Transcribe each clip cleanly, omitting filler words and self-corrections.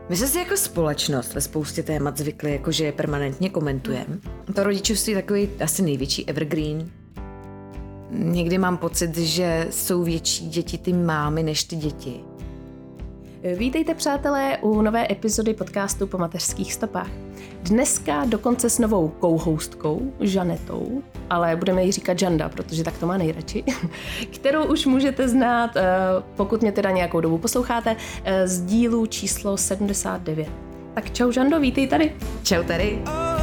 My jsme si jako společnost ve spoustě témat zvykli, jakože je permanentně komentujeme. To rodičovství je takový asi největší evergreen. Někdy mám pocit, že jsou větší děti ty mámy než ty děti. Vítejte, přátelé, u nové epizody podcastu Po mateřských stopách. Dneska dokonce s novou co-hostkou, Žanetou, ale budeme jí říkat Žanda, protože tak to má nejradši, kterou už můžete znát, pokud mě teda nějakou dobu posloucháte, z dílu číslo 79. Tak čau Žando, vítej tady. Čau tady.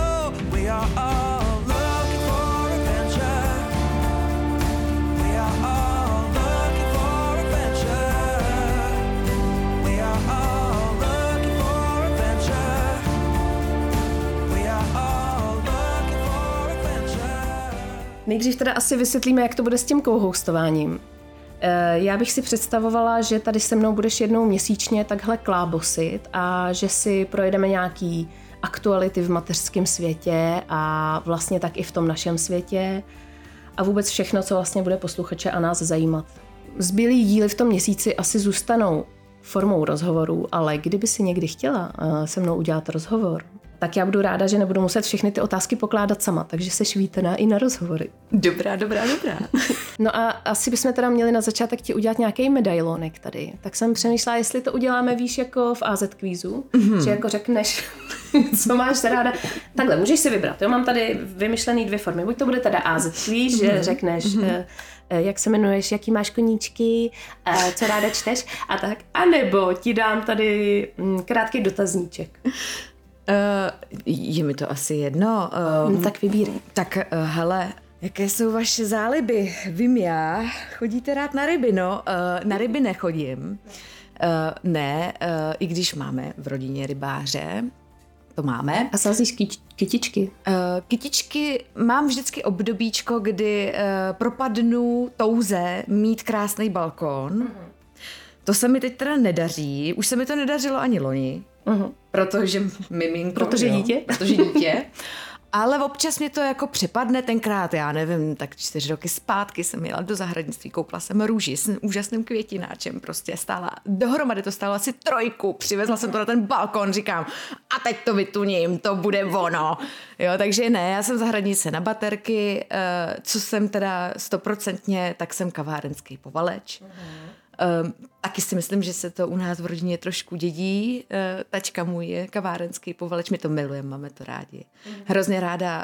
Nejdřív teda asi vysvětlíme, jak to bude s tím co-hostováním. Já bych si představovala, že tady se mnou budeš jednou měsíčně takhle klábosit a že si projedeme nějaký aktuality v mateřském světě a vlastně tak i v tom našem světě a vůbec všechno, co vlastně bude posluchače a nás zajímat. Zbylý díly v tom měsíci asi zůstanou formou rozhovorů, ale kdyby si někdy chtěla se mnou udělat rozhovor, tak já budu ráda, že nebudu muset všechny ty otázky pokládat sama, takže seš vítaná i na rozhovory. Dobrá. No a asi bychom teda měli na začátek ti udělat nějaký medailonek tady. Tak jsem přemýšlela, jestli to uděláme, víš, jako v AZ kvízu, že jako řekneš, co máš ráda. Takhle, můžeš si vybrat. Jo, mám tady vymyšlený 2 formy. Buď to bude teda AZ kvíz, že řekneš, jak se jmenuješ, jaký máš koníčky, co ráda čteš a tak. A nebo ti dám tady krátký dotazníček. Je mi to asi jedno. Tak vybírej. Tak hele, jaké jsou vaše záliby? Vím já, chodíte rád na ryby, no. Na ryby nechodím. I když máme v rodině rybáře, to máme. A sázíš kytičky? Kytičky mám vždycky obdobíčko, kdy propadnu touze mít krásný balkon. To se mi teď teda nedaří. Už se mi to nedařilo ani loni. Protože miminko. Protože dítě. Ale občas mě to jako přepadne tenkrát, já nevím, tak 4 roky zpátky jsem jela do zahradnictví, koupila jsem růži s úžasným květináčem, prostě stála, dohromady to stálo asi 3, přivezla jsem to na ten balkon, říkám, a teď to vytuním, to bude ono. Jo, takže ne, já jsem zahradnice na baterky, co jsem teda 100%, tak jsem kavárenský povaleč. Taky si myslím, že se to u nás v rodině trošku dědí. Tačka můj je kavárenský povaleč, my to milujeme, máme to rádi. Hrozně ráda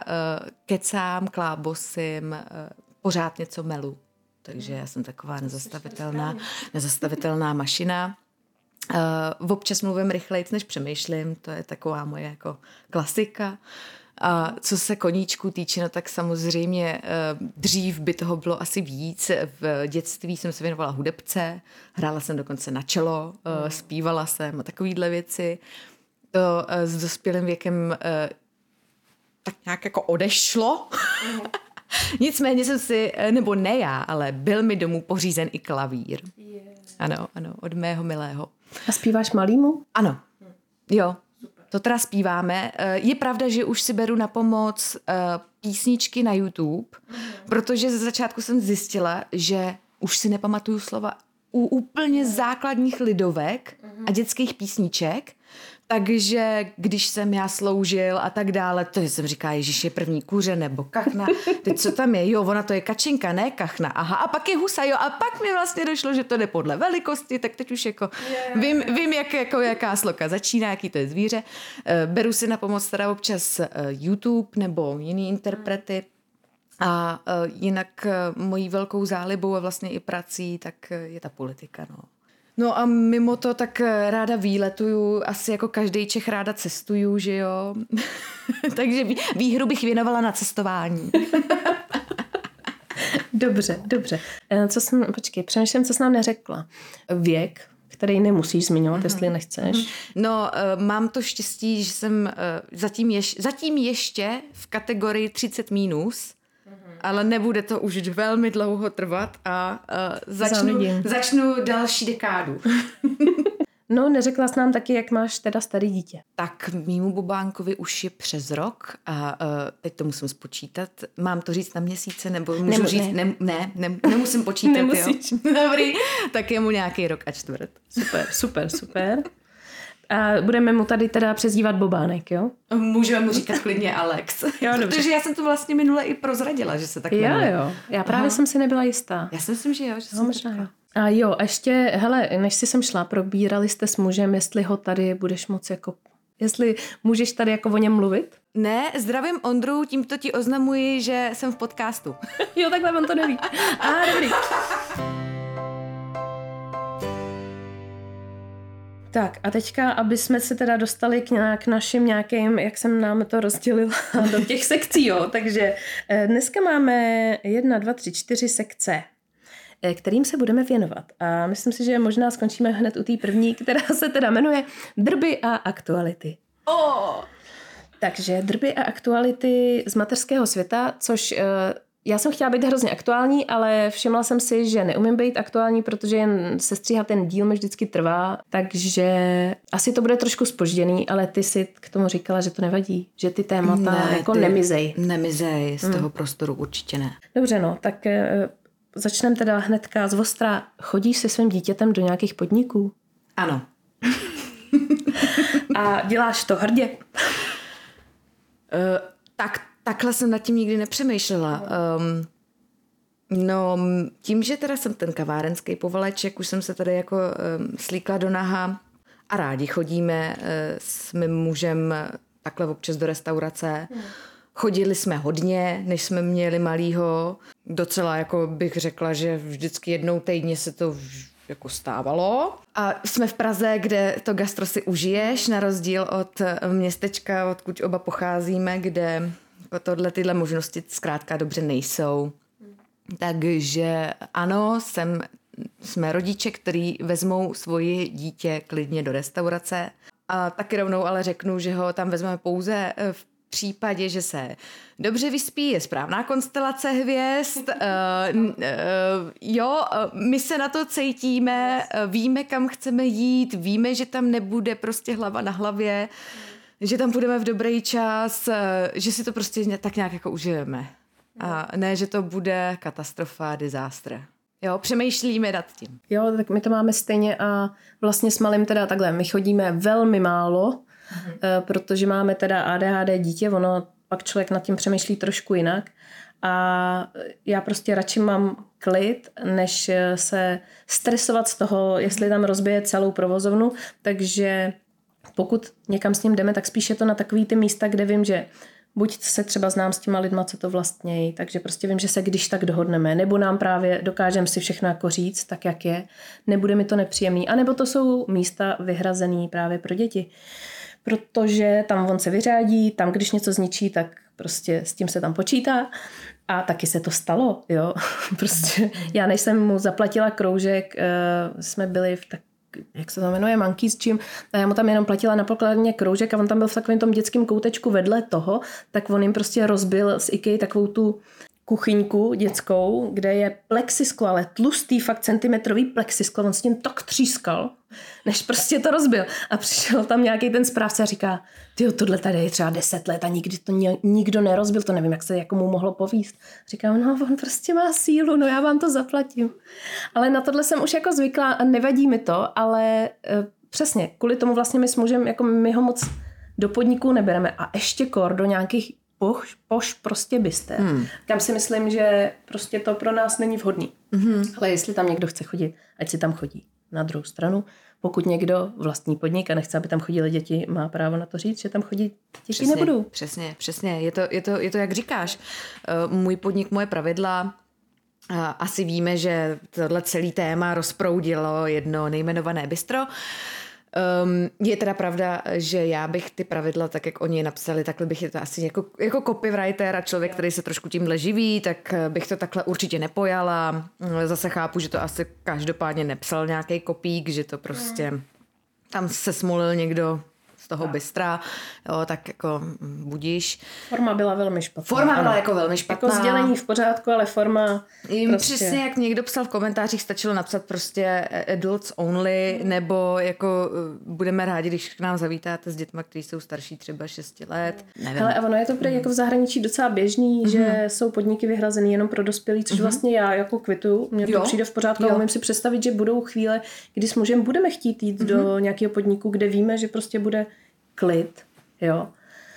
kecám, pořád něco melu. Takže já jsem taková nezastavitelná mašina. Občas mluvím rychlejc, než přemýšlím, to je taková moje jako klasika. A co se koníčků týče, no tak samozřejmě dřív by toho bylo asi víc. V dětství jsem se věnovala hudebce, hrála jsem dokonce na čelo, zpívala jsem a takovýhle věci. To s dospělým věkem tak nějak jako odešlo. Nicméně jsem si, nebo ne já, ale byl mi domů pořízen i klavír. Ano, od mého milého. A zpíváš malýmu? Ano, jo. To teda zpíváme. Je pravda, že už si beru na pomoc písničky na YouTube, protože ze začátku jsem zjistila, že už si nepamatuju slova u úplně základních lidovek a dětských písniček, takže když jsem já sloužil a tak dále, to jsem říkala, Ježíš je první kuře nebo kachna, teď co tam je, jo, ona to je kačinka, ne kachna, aha, a pak je husa, jo, a pak mi vlastně došlo, že to jde podle velikosti, tak teď už jako vím jaká sloka začíná, jaký to je zvíře. Beru si na pomoc teda občas YouTube nebo jiný interprety. A jinak mojí velkou zálibou a vlastně i prací, tak je ta politika, no. No a mimo to tak ráda výletuju, asi jako každý Čech ráda cestuju, že jo. Takže výhru bych věnovala na cestování. Dobře. Přemýšlím, co jsi nám neřekla. Věk, který nemusíš zmiňovat, jestli nechceš. No, mám to štěstí, že jsem zatím ještě v kategorii 30-, ale nebude to už velmi dlouho trvat a začnu další dekádu. No, neřekla jsi nám taky, jak máš teda starý dítě. Tak mýmu bubánkovi už je přes rok a teď to musím spočítat. Mám to říct na měsíce, nebo můžu říct? Ne, nemusím počítat. Nemusíš. Jo. Dobrý, tak je mu nějaký 1 rok a 1/4. Super. A budeme mu tady teda přezdívat Bobánek, jo? Můžeme mu říkat klidně Alex. Jo, dobře. Protože já jsem to vlastně minule i prozradila, že se tak jmenuje. Jo. Já právě jsem si nebyla jistá. Já si myslím, že jo. Že možná jo. A jo, a ještě, hele, než si sem šla, probírali jste s mužem, jestli ho tady budeš moc jako... Jestli můžeš tady jako o něm mluvit? Ne, zdravím Ondru, tímto ti oznamuji, že jsem v podcastu. Jo, takhle on to neví. Dobrý. Tak a teďka, aby jsme se teda dostali k našim nějakým, jak jsem nám to rozdělila do těch sekcí, jo. Takže dneska máme 1, 2, 3, 4 sekce, kterým se budeme věnovat. A myslím si, že možná skončíme hned u té první, která se teda jmenuje Drby a aktuality. Takže drby a aktuality z mateřského světa, což já jsem chtěla být hrozně aktuální, ale všimla jsem si, že neumím být aktuální, protože jen sestříhat ten díl mi vždycky trvá, takže asi to bude trošku zpožděný, ale ty si k tomu říkala, že to nevadí, že ty témata jako nemizej. Nemizej z toho prostoru, určitě ne. Dobře, no, tak začneme teda hnedka z ostra. Chodíš se svým dítětem do nějakých podniků? Ano. A děláš to hrdě? Takhle jsem nad tím nikdy nepřemýšlela. No, tím, že teda jsem ten kavárenský povaleček, už jsem se tady jako slíkla do naha a rádi chodíme s mým mužem takhle občas do restaurace. Chodili jsme hodně, než jsme měli malýho. Docela, jako bych řekla, že vždycky jednou týdně se to jako stávalo. A jsme v Praze, kde to gastro si užiješ, na rozdíl od městečka, odkud oba pocházíme, kde tyhle možnosti zkrátka dobře nejsou. Takže ano, jsme rodiče, který vezmou svoje dítě klidně do restaurace. A taky rovnou ale řeknu, že ho tam vezmeme pouze v případě, že se dobře vyspí, je správná konstelace hvězd, my se na to cítíme, víme, kam chceme jít, víme, že tam nebude prostě hlava na hlavě, že tam půjdeme v dobrý čas, že si to prostě tak nějak jako užijeme. A ne, že to bude katastrofa, disaster. Jo, přemýšlíme nad tím. Jo, tak my to máme stejně a vlastně s malým teda takhle, my chodíme velmi málo, protože máme teda ADHD dítě, ono pak člověk nad tím přemýšlí trošku jinak a já prostě radši mám klid, než se stresovat z toho, jestli tam rozbije celou provozovnu, takže pokud někam s ním jdeme, tak spíš je to na takový ty místa, kde vím, že buď se třeba znám s těma lidma, co to vlastnějí, takže prostě vím, že se když tak dohodneme, nebo nám právě dokážeme si všechno jako říct, tak jak je, nebude mi to nepříjemný, anebo to jsou místa vyhrazený právě pro děti, protože tam on se vyřádí, tam když něco zničí, tak prostě s tím se tam počítá a taky se to stalo, jo, prostě já než jsem mu zaplatila kroužek, jsme byli v tak jak se to jmenuje, Monkeys Gym, a já mu tam jenom platila na pokladně kroužek a on tam byl v takovém tom dětském koutečku vedle toho, tak on jim prostě rozbil z IKEA takovou tu kuchyňku dětskou, kde je plexisklo, ale tlustý, fakt centimetrový plexisklo, on s tím tak třískal, než prostě to rozbil. A přišel tam nějaký ten správce a říká, tyjo, tohle tady je třeba 10 let a nikdy to nikdo nerozbil, to nevím, jak se jako mu mohlo povíst. Říkám, no on prostě má sílu, no já vám to zaplatím. Ale na tohle jsem už jako zvyklá a nevadí mi to, ale přesně, kvůli tomu vlastně my s mužem, jako my ho moc do podniků nebereme a ještě kor do nějakých poš prostě byste. Kam si myslím, že prostě to pro nás není vhodný. Ale jestli tam někdo chce chodit, ať si tam chodí. Na druhou stranu, pokud někdo vlastní podnik a nechce, aby tam chodili děti, má právo na to říct, že tam chodí děti přesně, nebudou. Přesně. Je to, jak říkáš. Můj podnik, moje pravidla. Asi víme, že tohle celé téma rozproudilo jedno nejmenované bistro. Je teda pravda, že já bych ty pravidla, tak jak oni je napsali, takhle bych je to asi jako copywriter a člověk, který se trošku tímhle živí, tak bych to takhle určitě nepojala. Zase chápu, že to asi každopádně nepsal nějaký kopík, že to prostě tam se smolil někdo z toho bystra, jo, tak jako budíš. Forma byla velmi špatná. Forma byla jako velmi špatná. Jako sdělení v pořádku, ale forma prostě... Přesně jak někdo psal v komentářích, stačilo napsat prostě adults only, nebo jako budeme rádi, když k nám zavítáte s dětma, kteří jsou starší třeba 6 let. Nevím. Ale a ono je to prý jako v zahraničí docela běžný, že jsou podniky vyhrazený jenom pro dospělí, což vlastně já jako kvituju. Mně to přijde v pořádku, ale umím si představit, že budou chvíle, kdy s mužem budeme chtít jít do nějakého podniku, kde víme, že prostě bude klid, jo.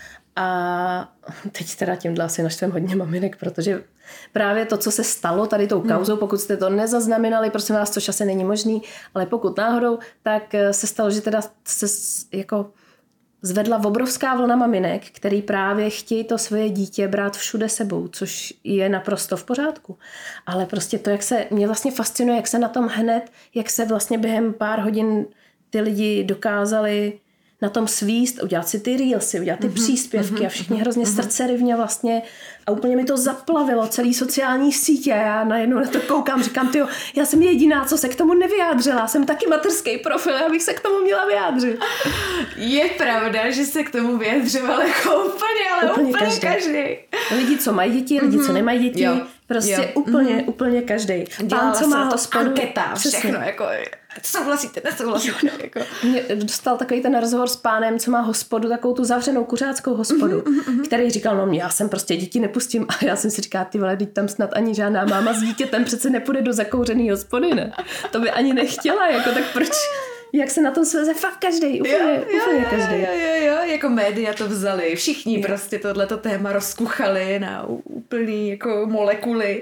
A teď teda tímhle asi naštvem hodně maminek, protože právě to, co se stalo tady tou kauzou, pokud jste to nezaznamenali, prosím vás, což asi není možný, ale pokud náhodou, tak se stalo, že teda se jako zvedla obrovská vlna maminek, který právě chtějí to svoje dítě brát všude sebou, což je naprosto v pořádku. Ale prostě to, mě vlastně fascinuje, jak se na tom hned, jak se vlastně během pár hodin ty lidi dokázali na tom svíst, udělat si ty reelsy, udělat ty příspěvky a všichni hrozně srdcerivně vlastně a úplně mi to zaplavilo celý sociální sítě a já najednou na to koukám, říkám, tyjo, já jsem jediná, co se k tomu nevyjádřila, jsem taky materský profil, já bych se k tomu měla vyjádřit. Je pravda, že se k tomu vyjadřoval jako úplně každý. Lidi, co mají děti, lidi, co nemají děti, prostě úplně každý. Pán, co má hospodu, anketa, všechno, jako souhlasíte, nesouhlasíte. Jako. Mě dostal takový ten rozhovor s pánem, co má hospodu, takovou tu zavřenou kuřáckou hospodu, který říkal, no já jsem prostě děti nepustím a já jsem si říkala, ty vole, teď tam snad ani žádná máma s dítětem přece nepůjde do zakouřený hospody, ne? To by ani nechtěla, jako tak proč... Jak se na tom sveze fakt každý, úplně každý. Jo, jako média to vzali, všichni prostě tohleto téma rozkuchali na úplný jako molekuly.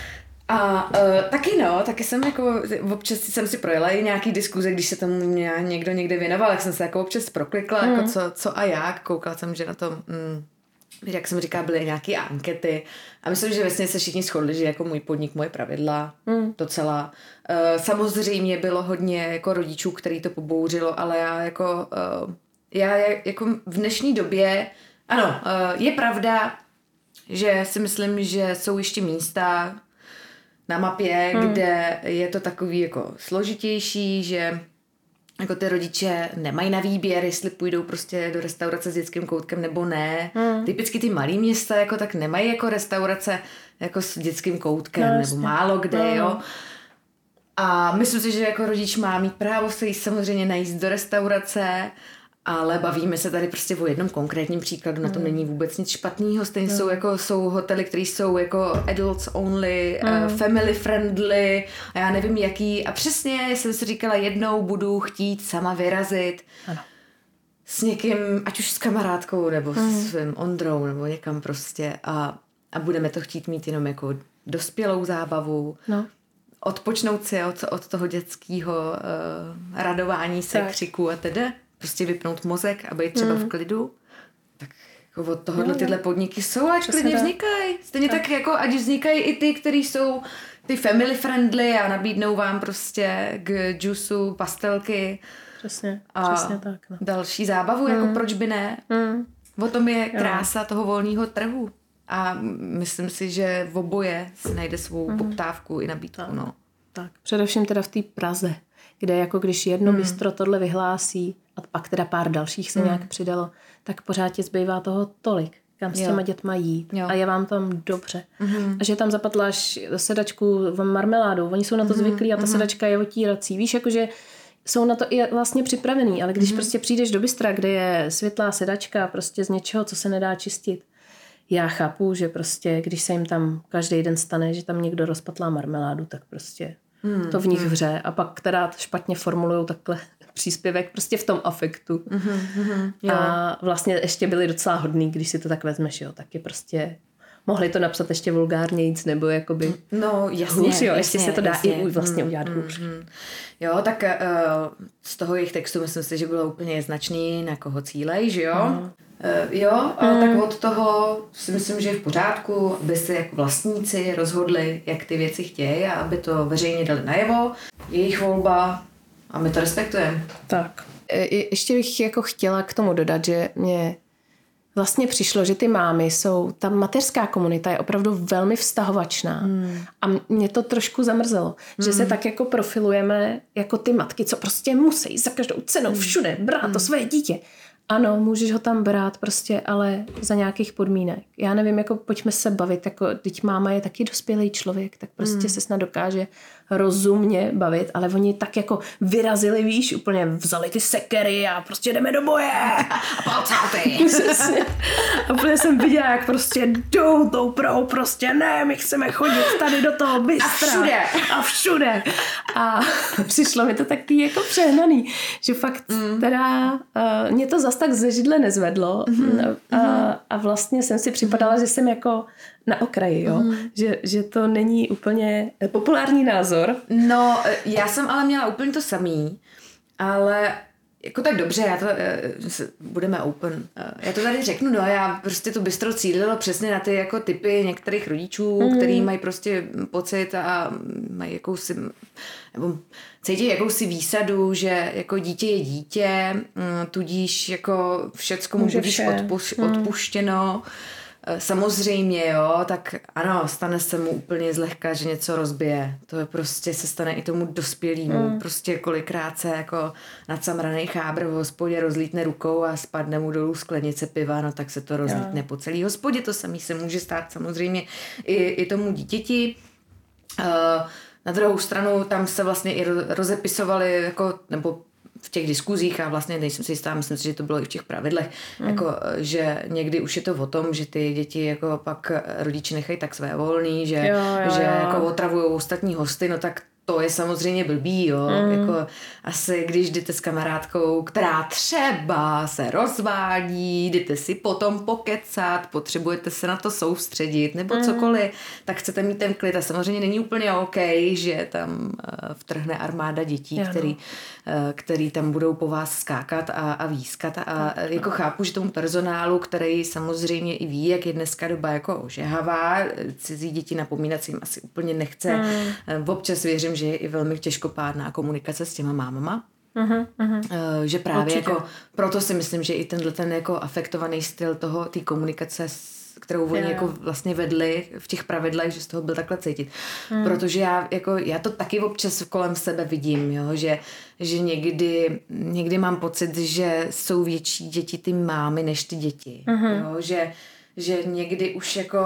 A taky jsem jako, občas jsem si projela i nějaký diskuze, když se tomu někdo někde věnoval, jak jsem se jako občas proklikla, jako co a jak, koukala jsem, že na tom, jak jsem říkala, byly nějaké ankety a myslím, že vlastně se všichni shodli, že jako můj podnik, moje pravidla, docela. Samozřejmě bylo hodně jako rodičů, který to pobouřilo, ale já jako v dnešní době, ano, je pravda, že si myslím, že jsou ještě místa na mapě, kde je to takový jako složitější, že jako ty rodiče nemají na výběr, jestli půjdou prostě do restaurace s dětským koutkem nebo ne. Typicky ty malý města jako tak nemají jako restaurace jako s dětským koutkem nebo málo kde, jo. A myslím si, že jako rodič má mít právo se jít samozřejmě najíst do restaurace, ale bavíme se tady prostě o jednom konkrétním příkladu, na tom není vůbec nic špatného, stejně jsou hotely, které jsou jako adults only, family friendly a já nevím jaký a přesně jsem si říkala, jednou budu chtít sama vyrazit s někým, ať už s kamarádkou nebo se svým Ondrou nebo někam prostě a budeme to chtít mít jenom jako dospělou zábavu, odpočnout si od toho dětského radování se, křiku a tedy. Prostě vypnout mozek a být třeba v klidu. Tak jako od tohohle tyhle podniky jsou, ať klidně vznikají. Stejně tak jako, ať vznikají i ty, který jsou ty family friendly a nabídnou vám prostě k džusu pastelky. Přesně tak. No. Další zábavu, jako proč by ne. O tom je krása toho volného trhu. A myslím si, že v oboje si najde svou poptávku i nabídku. No. Tak. Především teda v té Praze, kde jako když jedno bistro tohle vyhlásí a pak teda pár dalších se nějak přidalo, tak pořád ti zbývá toho tolik, kam s těma dětma jít. A je vám tam dobře. A že tam zapadláš sedačku marmeládou, oni jsou na to zvyklí a ta sedačka je otírací. Víš, jakože jsou na to i vlastně připravený, ale když prostě přijdeš do bistra, kde je světlá sedačka prostě z něčeho, co se nedá čistit, já chápu, že prostě, když se jim tam každý den stane, že tam někdo rozpatlá marmeládu, tak prostě to v nich vře a pak teda špatně formulujou takhle příspěvek prostě v tom afektu. A vlastně ještě byli docela hodný, když si to tak vezmeš, jo, taky prostě mohli to napsat ještě vulgárnějc, nebo jakoby hůř, jo, ještě se to dá i vlastně udělat hůř. Jo, tak z toho jejich textu myslím si, že bylo úplně značný, na koho cílej, že jo? Tak od toho si myslím, že je v pořádku, aby si jako vlastníci rozhodli, jak ty věci chtějí a aby to veřejně dali najevo. Jejich volba a my to respektujeme. Tak. Ještě bych jako chtěla k tomu dodat, že mě vlastně přišlo, že ty mámy jsou, ta mateřská komunita je opravdu velmi vztahovačná a mě to trošku zamrzelo, že se tak jako profilujeme jako ty matky, co prostě musí za každou cenou všude brát to svoje dítě. Ano, můžeš ho tam brát prostě, ale za nějakých podmínek. Já nevím, jako pojďme se bavit, jako teď máma je taky dospělý člověk, tak prostě se snad dokáže rozumně bavit, ale oni tak jako vyrazili, víš, úplně vzali ty sekery a prostě jdeme do boje. A palcáty. A úplně jsem viděla, jak prostě jdou tou prou, prostě ne, my chceme chodit tady do toho bystra. A všude. A přišlo mi to taky jako přehnaný, že fakt teda mě to zas tak ze židle nezvedlo a vlastně jsem si připadala, že jsem jako na okraji, jo? Že to není úplně populární názor. No, já jsem ale měla úplně to samý, ale jako tak dobře, budeme open. Já to tady řeknu, no, já prostě to bistro cílilo přesně na ty jako typy některých rodičů, který mají prostě pocit a mají jakousi, nebo cítí jakousi výsadu, že jako dítě je dítě, tudíž jako všecko mu budíš odpuštěno. Samozřejmě, jo, tak ano, stane se mu úplně zlehka, že něco rozbije. To je prostě se stane i tomu dospělému. Prostě kolikrát se jako nacamranej chábr v hospodě rozlítne rukou a spadne mu dolů sklenice piva, no tak se to rozlítne po celý hospodě. To samý se může stát samozřejmě i tomu dítěti. Na druhou stranu tam se vlastně i rozepisovali jako, nebo v těch diskuzích a vlastně nejsem si jistá, myslím si, že to bylo i v těch pravidlech, jako, že někdy už je to o tom, že ty děti jako pak rodiči nechají tak své volný, že jako otravujou ostatní hosty, no tak to je samozřejmě blbý, jo. Jako asi když jdete s kamarádkou, která třeba se rozvádí, jdete si potom pokecat, potřebujete se na to soustředit nebo cokoliv, tak chcete mít ten klid a samozřejmě není úplně OK, že tam vtrhne armáda dětí, který tam budou po vás skákat a výskat a jako chápu, že tomu personálu, který samozřejmě i ví, jak je dneska doba jako ožehavá, cizí děti napomínat si jim asi úplně nechce. Občas věřím, že je i velmi těžkopádná komunikace s těma mámama. Že právě jako, proto si myslím, že i tenhle ten jako afektovaný styl té komunikace, kterou oni jako vlastně vedli v těch pravidlech, že z toho byl takhle cítit. Protože já to taky občas kolem sebe vidím, jo, že někdy mám pocit, že jsou větší děti ty mámy než ty děti. Jo, že někdy už jako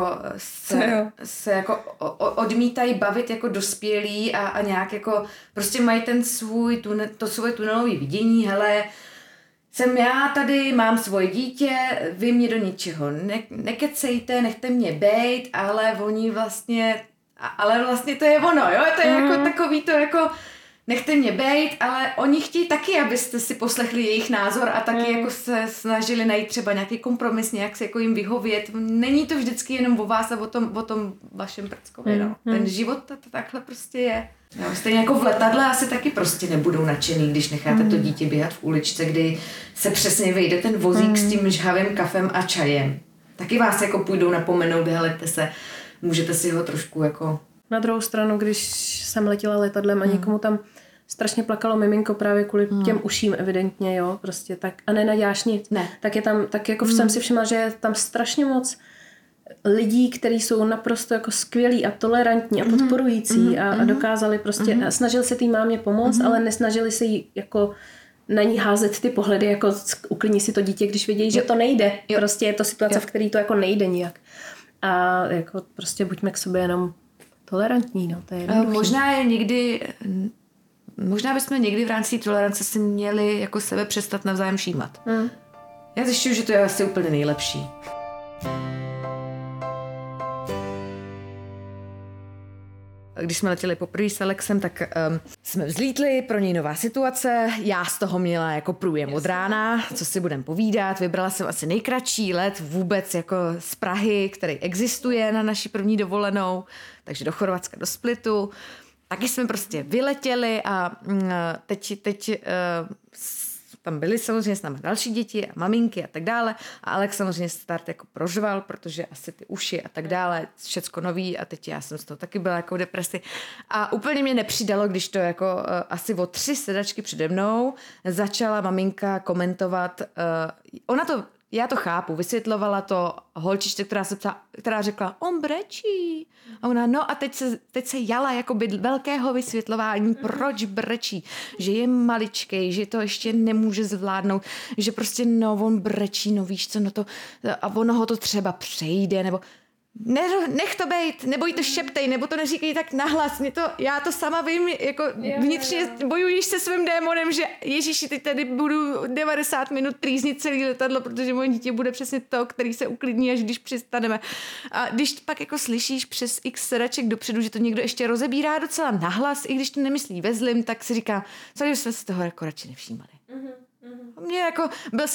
se jako odmítají bavit jako dospělí a nějak jako prostě mají to svoje tunelový vidění, hele, jsem já tady, mám svoje dítě, vy mě do ničeho nekecejte, nechte mě bejt, ale vlastně to je ono, jo, to je jako takový to jako nechte mě bejt, ale oni chtějí taky, abyste si poslechli jejich názor a taky jako se snažili najít třeba nějaký kompromis, nějak se jako jim vyhovět. Není to vždycky jenom o vás a o tom vašem prckovi, no. Ten život to takhle prostě je. Jo, stejně jako v letadle asi taky prostě nebudou nadšený, když necháte to dítě běhat v uličce, kdy se přesně vejde ten vozík s tím žhavým kafem a čajem. Taky vás jako půjdou napomenout, helejte se, můžete si ho trošku jako... Na druhou stranu, když jsem letěla letadlem a někomu tam strašně plakalo miminko právě kvůli těm uším evidentně, jo, prostě tak a nenaděláš nic. Ne. Tak je tam, tak jako jsem si všimla, že je tam strašně moc lidí, kteří jsou naprosto jako skvělí a tolerantní a podporující a dokázali prostě, a snažili se té mámě pomoct, ale nesnažili se jí jako na ní házet ty pohledy, jako uklidni si to dítě, když vědějí, že to nejde. Prostě je to situace, v které to jako nejde nijak. A jako prostě buďme k sobě jenom tolerantní, no, to je možná bychom někdy v rámci tolerance si měli jako sebe přestat navzájem všímat. Já zjišťuju, že to je asi úplně nejlepší. Když jsme letěli poprvé s Alexem, tak jsme vzlítli, pro něj nová situace, já z toho měla jako průjem od rána, co si budem povídat, vybrala jsem asi nejkratší let vůbec jako z Prahy, který existuje na naší první dovolenou, takže do Chorvatska, do Splitu. Taky jsme prostě vyletěli a teď tam byly samozřejmě s námi další děti a maminky a tak dále a Alex samozřejmě start jako prožval, protože asi ty uši a tak dále, všecko nový a teď já jsem z toho taky byla jako v depresi a úplně mě nepřidalo, když to jako asi o 3 sedačky přede mnou začala maminka komentovat, ona to já to chápu, vysvětlovala to holčičce, která řekla, on brečí. A ona, no a teď se jala jakoby velkého vysvětlování, proč brečí, že je maličkej, že to ještě nemůže zvládnout, že prostě no, on brečí, no víš co, no to, a ono ho to třeba přejde, nebo nech to bejt, nebo jí to šeptej, nebo to neříkej tak nahlas. Já to sama vím, jako vnitřně bojujíš se svým démonem, že Ježíši, teď tady budu 90 minut trýznit celý letadlo, protože moje dítě bude přesně to, který se uklidní, až když přistaneme. A když pak jako slyšíš přes x sedaček dopředu, že to někdo ještě rozebírá docela nahlas, i když to nemyslí ve zlým, tak si říká, co když jsme se toho jako radši nevšímali. Mě jako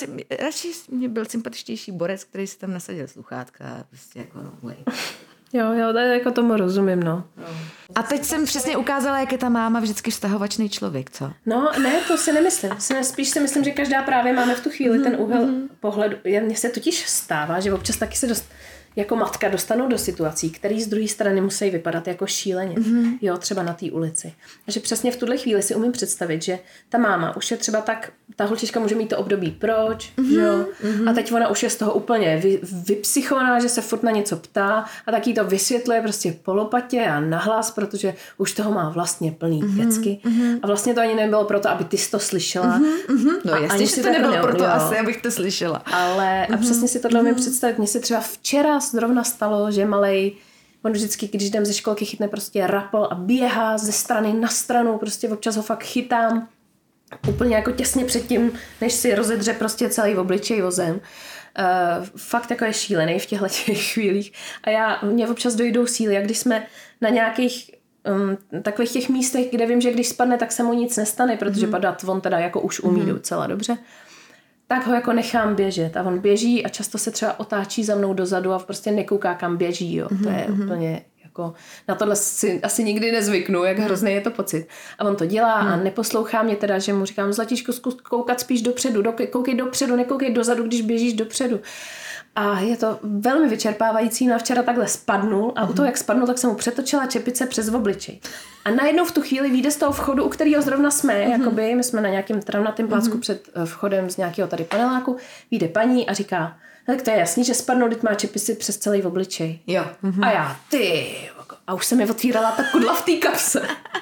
mě byl sympatičtější borec, který si tam nasadil sluchátka a prostě jako no way. Jo, tak jako tomu rozumím, no. A teď jsem přesně ukázala, jak je ta máma vždycky vztahovačný člověk, co? No, ne, to si nemyslím. Spíš si myslím, že každá právě máme v tu chvíli ten úhel pohledu. Mně se totiž stává, že občas taky se jako matka dostanou do situací, které z druhé strany musí vypadat jako šíleně. Jo, třeba na té ulici. A že přesně v tuhle chvíli si umím představit, že ta máma už je třeba tak, ta holčička může mít to období proč, jo? A teď ona už je z toho úplně vypsychovaná, že se furt na něco ptá a taky to vysvětluje prostě po lopatě a nahlas, protože už toho má vlastně plný kecky. A vlastně to ani nebylo proto, aby ty jsi to slyšela. No jasně, že to nebylo proto asi, abych to slyšela. Ale a přesně si tohle umím představit. Mně se třeba včera zrovna stalo, že malej, on vždycky, když jdem ze školky, chytne prostě rapl a běhá ze strany na stranu, prostě občas ho fakt chytám úplně jako těsně předtím, než si rozedře prostě celý obličej o zem. Fakt jako je šílený v těchto chvílích a mě občas dojdou síly, jak když jsme na nějakých takových těch místech, kde vím, že když spadne, tak se mu nic nestane, protože padat on teda jako už umí docela dobře, tak ho jako nechám běžet a on běží a často se třeba otáčí za mnou dozadu a prostě nekouká, kam běží, jo. To je úplně jako, na tohle si asi nikdy nezvyknu, jak hrozný je to pocit. A on to dělá a neposlouchá mě teda, že mu říkám, Zlatíčko, zkus koukat spíš dopředu, koukej dopředu, nekoukej dozadu, když běžíš dopředu. A je to velmi vyčerpávající. No a včera takhle spadnul a u toho, jak spadnul, tak jsem mu přetočila čepice přes obličej. A najednou v tu chvíli vyjde z toho vchodu, u kterého zrovna jsme, jakoby, my jsme na nějakém travnatém plácku před vchodem z nějakého tady paneláku, vyjde paní a říká, tak to je jasný, že spadnou, teď má čepici přes celý obličej. Jo. A já, a už se mi otvírala ta kudla v té kapse.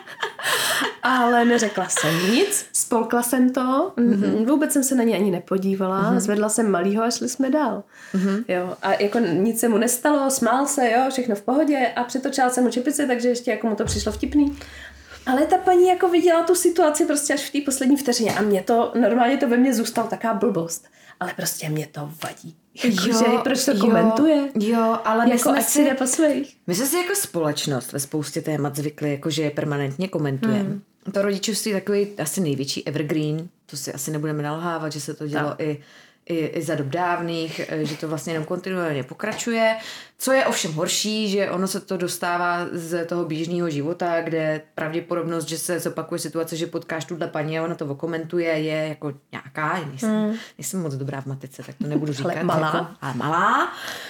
Ale neřekla jsem nic, spolkla jsem to, vůbec jsem se na ně ani nepodívala, zvedla jsem malýho a šli jsme dál. Jo, a jako nic se mu nestalo, smál se, jo, všechno v pohodě a přetočila jsem mu čepici, takže ještě jako mu to přišlo vtipný. Ale ta paní jako viděla tu situaci prostě až v té poslední vteřině a normálně to ve mně zůstala taká blbost. Ale prostě mě to vadí. Jakože, proč to komentuje? Jo, ale jako my jsme si jako společnost ve spoustě témat zvykli, jakože je permanentně komentujeme. To rodičovství je takový asi největší evergreen, to si asi nebudeme nalhávat, že se to dělo i za dob dávných, že to vlastně jenom kontinuálně pokračuje. Co je ovšem horší, že ono se to dostává z toho běžného života, kde pravděpodobnost, že se zopakuje situace, že potkáš tuhle paní a ona to okomentuje, je jako nějaká. Nejsem moc dobrá v matice, tak to nebudu říkat. Ale malá.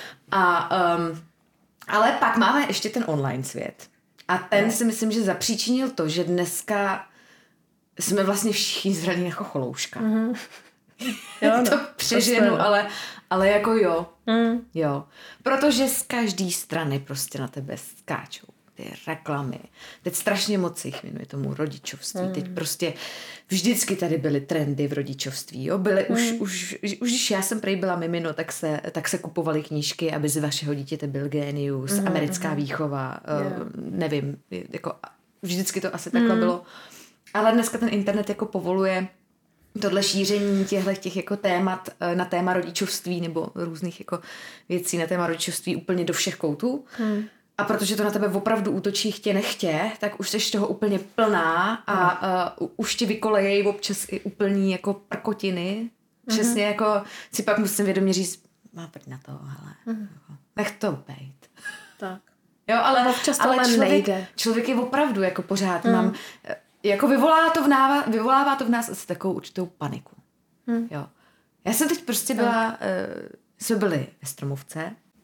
Ale pak máme ještě ten online svět. A ten si myslím, že zapříčinil to, že dneska jsme vlastně všichni zralí jako cholouška. Jo, no, to přeženu, ale jako jo. Jo. Protože z každé strany prostě na tebe skáčou ty reklamy. Teď strašně moc se jich věnuje tomu rodičovství. Teď prostě vždycky tady byly trendy v rodičovství. Jo? Byly už když já jsem prej byla mimino, tak se kupovaly knížky, aby z vašeho dítěte byl génius, americká výchova, nevím, jako vždycky to asi takhle bylo. Ale dneska ten internet jako povoluje tohle šíření těch jako témat na téma rodičovství nebo různých jako věcí na téma rodičovství úplně do všech koutů. A protože to na tebe opravdu útočí chtě nechtě, tak už seš toho úplně plná a už ti vykolejejí občas i úplný jako prkotiny. Přesně jako si pak musím vědomě říct, pojď na to, hele, nech to bejt. Tak. Jo, ale občas to nejde. Člověk je opravdu jako pořád, jako vyvolává to v nás asi takovou určitou paniku. Jo. Já jsem teď prostě byla, jsme byli ve Stromovce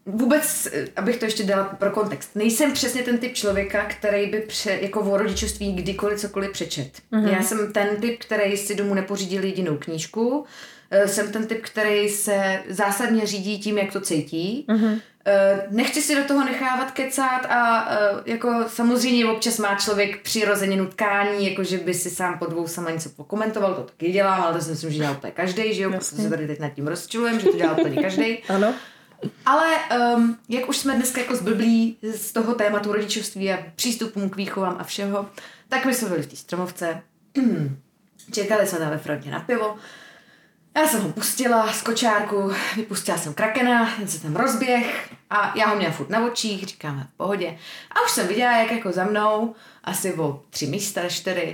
vůbec, abych to ještě dala pro kontext, nejsem přesně ten typ člověka, který by jako o rodičovství kdykoliv cokoliv přečet. Já jsem ten typ, který si domů nepořídil jedinou knížku, jsem ten typ, který se zásadně řídí tím, jak to cítí. Nechci si do toho nechávat kecat a jako samozřejmě občas má člověk přirozeně nutkání, jako že by si sám po dvou sama něco pokomentoval, to taky dělám, ale to si myslím, že dělá úplně každej, že jo, protože se tady teď nad tím rozčilujem, že to dělá úplně každej. Ano. Ale jak už jsme dneska jako zblblí z toho tématu rodičovství a přístupům k výchovám a všeho, tak my jsme byli v té Stromovce, čekali jsme tam ve frontě na pivo. Já jsem ho pustila z kočárku, vypustila jsem krakena, ten se tam rozběh a já ho měla furt na očích, říkám v pohodě. A už jsem viděla, jak jako za mnou, asi o 3 místa, 4,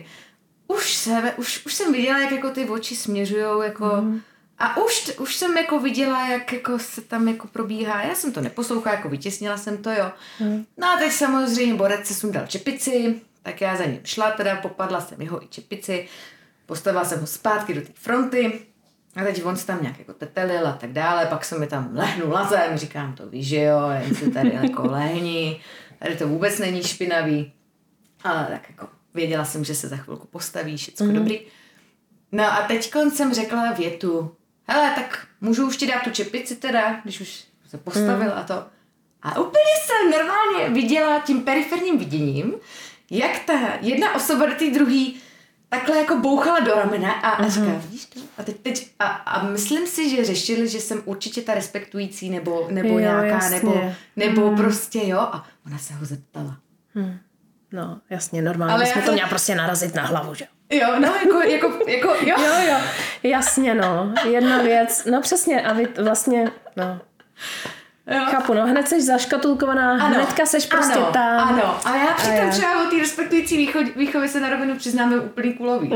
už jsem viděla, jak jako ty oči směřujou, jako... A už jsem jako viděla, jak jako se tam jako probíhá. Já jsem to neposlouchala, jako vytěsnila jsem to, jo. No a teď samozřejmě Borec se sundal čepici, tak já za ním šla, teda popadla jsem jeho i čepici, postavila jsem ho zpátky do té fronty a teď on se tam nějak jako tetelil a tak dále, pak se mi tam lehnul na zem, říkám, to víš, že jo, jen si tady jako lehni, tady to vůbec není špinavý, ale tak jako věděla jsem, že se za chvilku postaví, všecko dobrý. No a teďkon jsem řekla větu, hele, tak můžu už ti dát tu čepici teda, když už se postavil a to. A úplně jsem normálně viděla tím periferním viděním, jak ta jedna osoba do té druhé takhle jako bouchala do ramena a říká, vidíš to? A teď a myslím si, že řešili, že jsem určitě ta respektující nebo jo, nějaká, nebo prostě jo. A ona se ho zeptala. No, jasně, normálně jsme to měla prostě narazit na hlavu, že? Jo, no, jako jo. Jo, jasně, no, jedna věc, no přesně, a vy vlastně, no. Jo. Chápu, no, hned seš zaškatulkovaná, hnedka seš prostě tam. Ano, a já přitom třeba o té respektující výchově se na rovinu přiznáme úplný kulový.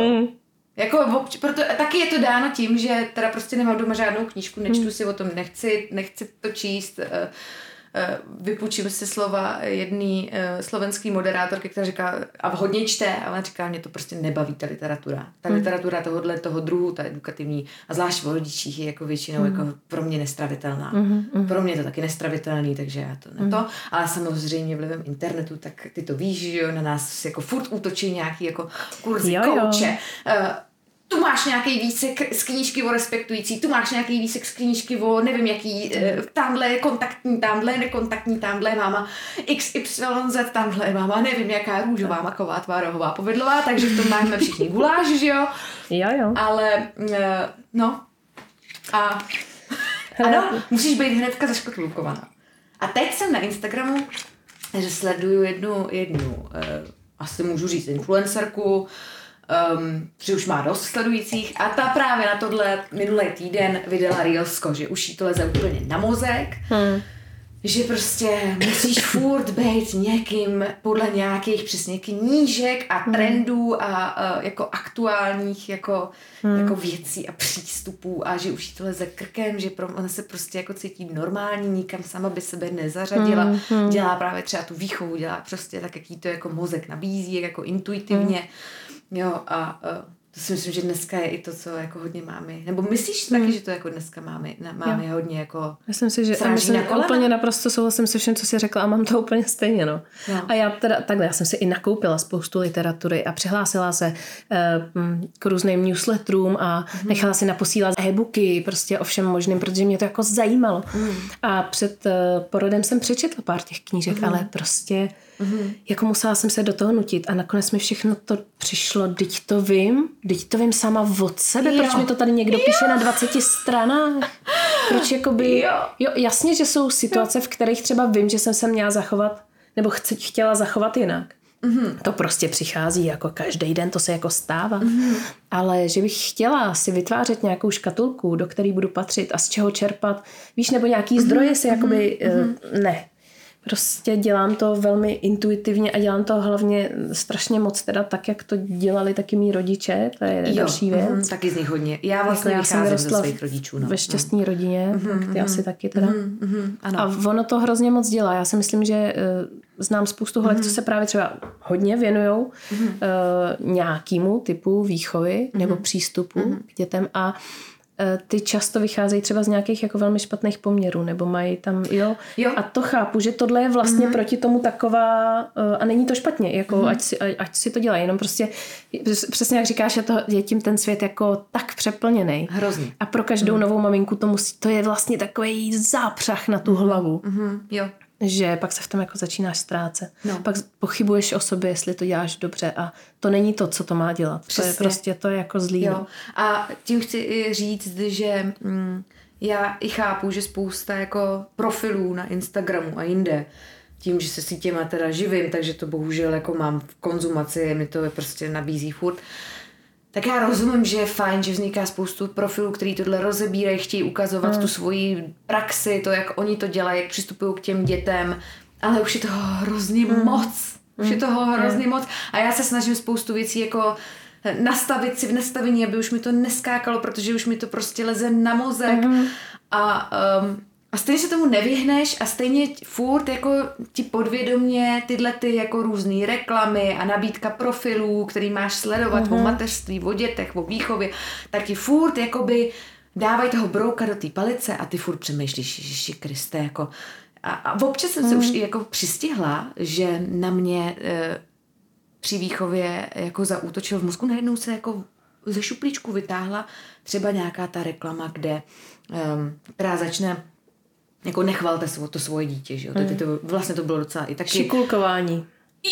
Proto taky je to dáno tím, že teda prostě nemám doma žádnou knížku, nečtu si o tom, nechci to číst. Vypůjčím si slova jedný slovenský moderátorky, která říká, a hodně čte, ale ona říká, mě to prostě nebaví ta literatura. Ta literatura toho druhu, ta edukativní, a zvlášť o rodičích je jako většinou jako pro mě nestravitelná. Pro mě je to taky nestravitelný, takže já to ne to. Ale samozřejmě vlivem internetu, tak ty to víš, že jo, na nás jako furt útočí nějaký jako kurzy kouče. Tu máš nějaký výsek z knížky o respektující, tu máš nějaký výsek z knížky o nevím jaký, tamhle kontaktní, tamhle nekontaktní, tamhle máma XYZ, tamhle máma nevím jaká růžová, maková, tvárohová, povedlová, takže v tom máme všichni guláš, že jo? Jo. Ale, no. A ano, musíš být hnedka zaškatulkovaná. A teď jsem na Instagramu, že sleduju jednu asi můžu říct influencerku, že už má dost sledujících a ta právě na tohle minulý týden vydala reelsko, že už jí to leze úplně na mozek, že prostě musíš furt být někým podle nějakých přesně knížek a trendů a jako aktuálních jako věcí a přístupů a že už jí to leze krkem, že ona se prostě jako cítí normální, nikam sama by sebe nezařadila, dělá právě třeba tu výchovu, dělá prostě tak, jaký to jako mozek nabízí, jako intuitivně. Jo, a to si myslím, že dneska je i to, co jako hodně máme. Nebo myslíš taky, že to jako dneska máme hodně jako myslím si, že úplně naprosto souhlasím se všem, co jsi řekla a mám to úplně stejně, no. A já teda takhle, já jsem si i nakoupila spoustu literatury a přihlásila se k různým newsletterům a nechala si naposílat e-booky prostě o všem možným, protože mě to jako zajímalo. A před porodem jsem přečetla pár těch knížek, ale prostě jako musela jsem se do toho nutit a nakonec mi všechno to přišlo, teď to vím sama od sebe, proč mi to tady někdo píše na 20 stranách, proč jakoby, jo, jasně, že jsou situace, v kterých třeba vím, že jsem se měla zachovat, nebo chtěla zachovat jinak. To prostě přichází jako každý den, to se jako stává. Ale že bych chtěla si vytvářet nějakou škatulku, do které budu patřit a z čeho čerpat, víš, nebo nějaký zdroje si jakoby, ne. Prostě dělám to velmi intuitivně a dělám to hlavně strašně moc teda tak, jak to dělali taky mí rodiče, to je další věc. Taky z nich hodně. Já vlastně vycházím ze svých rodičů. No. Ve šťastné rodině, ty asi taky teda. Ano. A ono to hrozně moc dělá. Já si myslím, že znám spoustu holek, co se právě třeba hodně věnujou nějakému typu výchovy nebo přístupu k dětem a ty často vycházejí třeba z nějakých jako velmi špatných poměrů, nebo mají tam, jo. A to chápu, že tohle je vlastně proti tomu taková, a není to špatně, jako ať si to dělají, jenom prostě, přesně jak říkáš, je tím ten svět jako tak přeplněný. Hrozně. A pro každou novou maminku to je vlastně takový zápřah na tu hlavu. Jo. Že pak se v tom jako začínáš ztrácet. Pak pochybuješ o sobě, jestli to děláš dobře a to není to, co to má dělat. Přesně. To je prostě, to je jako zlý. Jo. A tím chci i říct, že já i chápu, že spousta jako profilů na Instagramu a jinde, tím, že se sítěma teda živím, takže to bohužel jako mám v konzumaci, mi to prostě nabízí furt. Tak já rozumím, že je fajn, že vzniká spoustu profilů, který tohle rozebírají, chtějí ukazovat tu svoji praxi, to, jak oni to dělají, jak přistupují k těm dětem, ale už je toho hrozně moc. Už je toho hrozně moc. A já se snažím spoustu věcí jako nastavit si v nastavení, aby už mi to neskákalo, protože už mi to prostě leze na mozek. A stejně se tomu nevyhneš a stejně furt jako ti podvědomě tyhle ty jako různý reklamy a nabídka profilů, který máš sledovat o mateřství, o dětech, o výchově, tak ti furt jakoby dávají toho brouka do té palice a ty furt přemýšlíš, Ježiši Kriste, jako a občas jsem se už jako přistihla, že na mě při výchově jako zaútočil v mozku, najednou se jako ze šuplíčku vytáhla třeba nějaká ta reklama, kde která začne jako nechvalte to svoje dítě, že jo? Vlastně to bylo docela i taky... Šikulkování.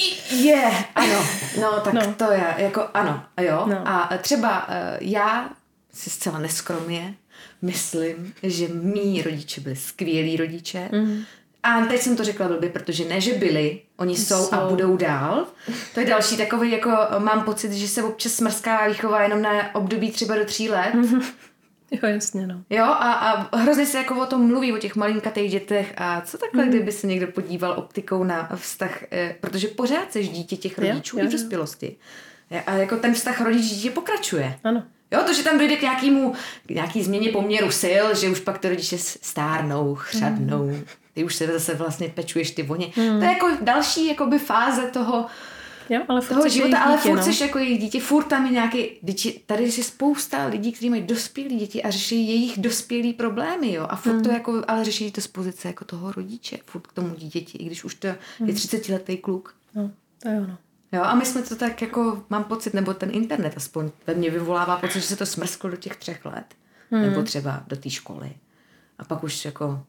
Ano, no tak to je, jako ano, jo. A třeba já si zcela neskromně myslím, že mí rodiče byli skvělí rodiče. A teď jsem to řekla blbě, protože ne, že byli, oni jsou a budou dál. To je další takový, jako mám pocit, že se občas smrská výchova jenom na období třeba do 3 let. Jo, jasně, no. Jo, a hrozně se jako o tom mluví, o těch malinkatých dětech a co takhle, kdyby se někdo podíval optikou na vztah, protože pořád seš dítě těch rodičů i v dospělosti. A jako ten vztah rodič-dítě pokračuje. Ano. Jo, to, že tam dojde k nějaký změně poměru sil, že už pak ty rodiče stárnou, chřadnou, ty už se zase vlastně pečuješ ty voně. To je jako další jakoby fáze toho života, ale furt seš jako jejich dítě, furt tam je nějaký, tady je spousta lidí, kteří mají dospělý děti a řeší jejich dospělý problémy, jo, a furt to jako, ale řeší to z pozice jako toho rodiče, furt k tomu dítěti, i když už to je 30letý kluk. No, to je ono. Jo, a my jsme to tak jako, mám pocit, nebo ten internet aspoň ve mně vyvolává pocit, že se to smrsklo do těch 3 let, nebo třeba do té školy. A pak už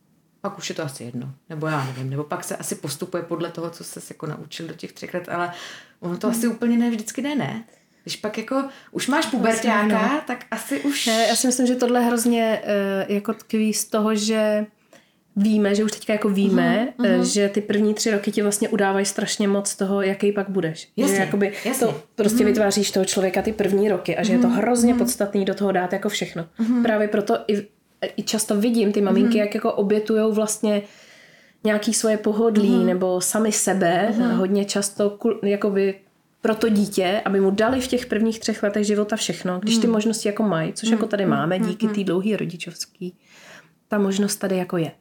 je to asi jedno, nebo já nevím, nebo pak se asi postupuje podle toho, co ses jako naučil do těch 3 let, ale ono to asi úplně ne vždycky ne. Když pak jako už máš puberťáka, tak asi už... Já si myslím, že tohle hrozně jako tkví z toho, že víme, že už teďka jako víme, že ty první 3 roky ti vlastně udávají strašně moc toho, jaký pak budeš. Jasně, že jakoby to prostě vytváříš toho člověka ty první roky a že je to hrozně podstatný do toho dát jako všechno. Právě proto i často vidím ty maminky, jak jako obětujou vlastně nějaký svoje pohodlí nebo sami sebe, hodně často jakoby pro to dítě, aby mu dali v těch prvních 3 letech života všechno, když ty možnosti jako mají, což jako tady máme díky té dlouhý rodičovský, ta možnost tady jako je.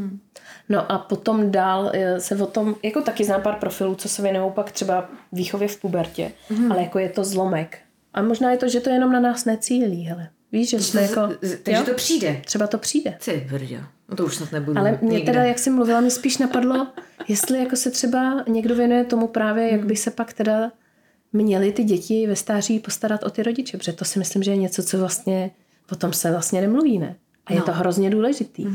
No a potom dál se o tom, jako taky znám pár profilů, co se věnují pak třeba výchově v pubertě, ale jako je to zlomek. A možná je to, že to jenom na nás necílí, hele. Víš, že to jako... Takže to přijde. Třeba to přijde. Ty brďo, no to už snad nebudu. Ale mě teda, jak jsi mluvila, mi spíš napadlo, jestli jako se třeba někdo věnuje tomu právě, jak by se pak teda měli ty děti ve stáří postarat o ty rodiče, protože to si myslím, že je něco, co vlastně o tom se vlastně nemluví, ne? A je to hrozně důležitý.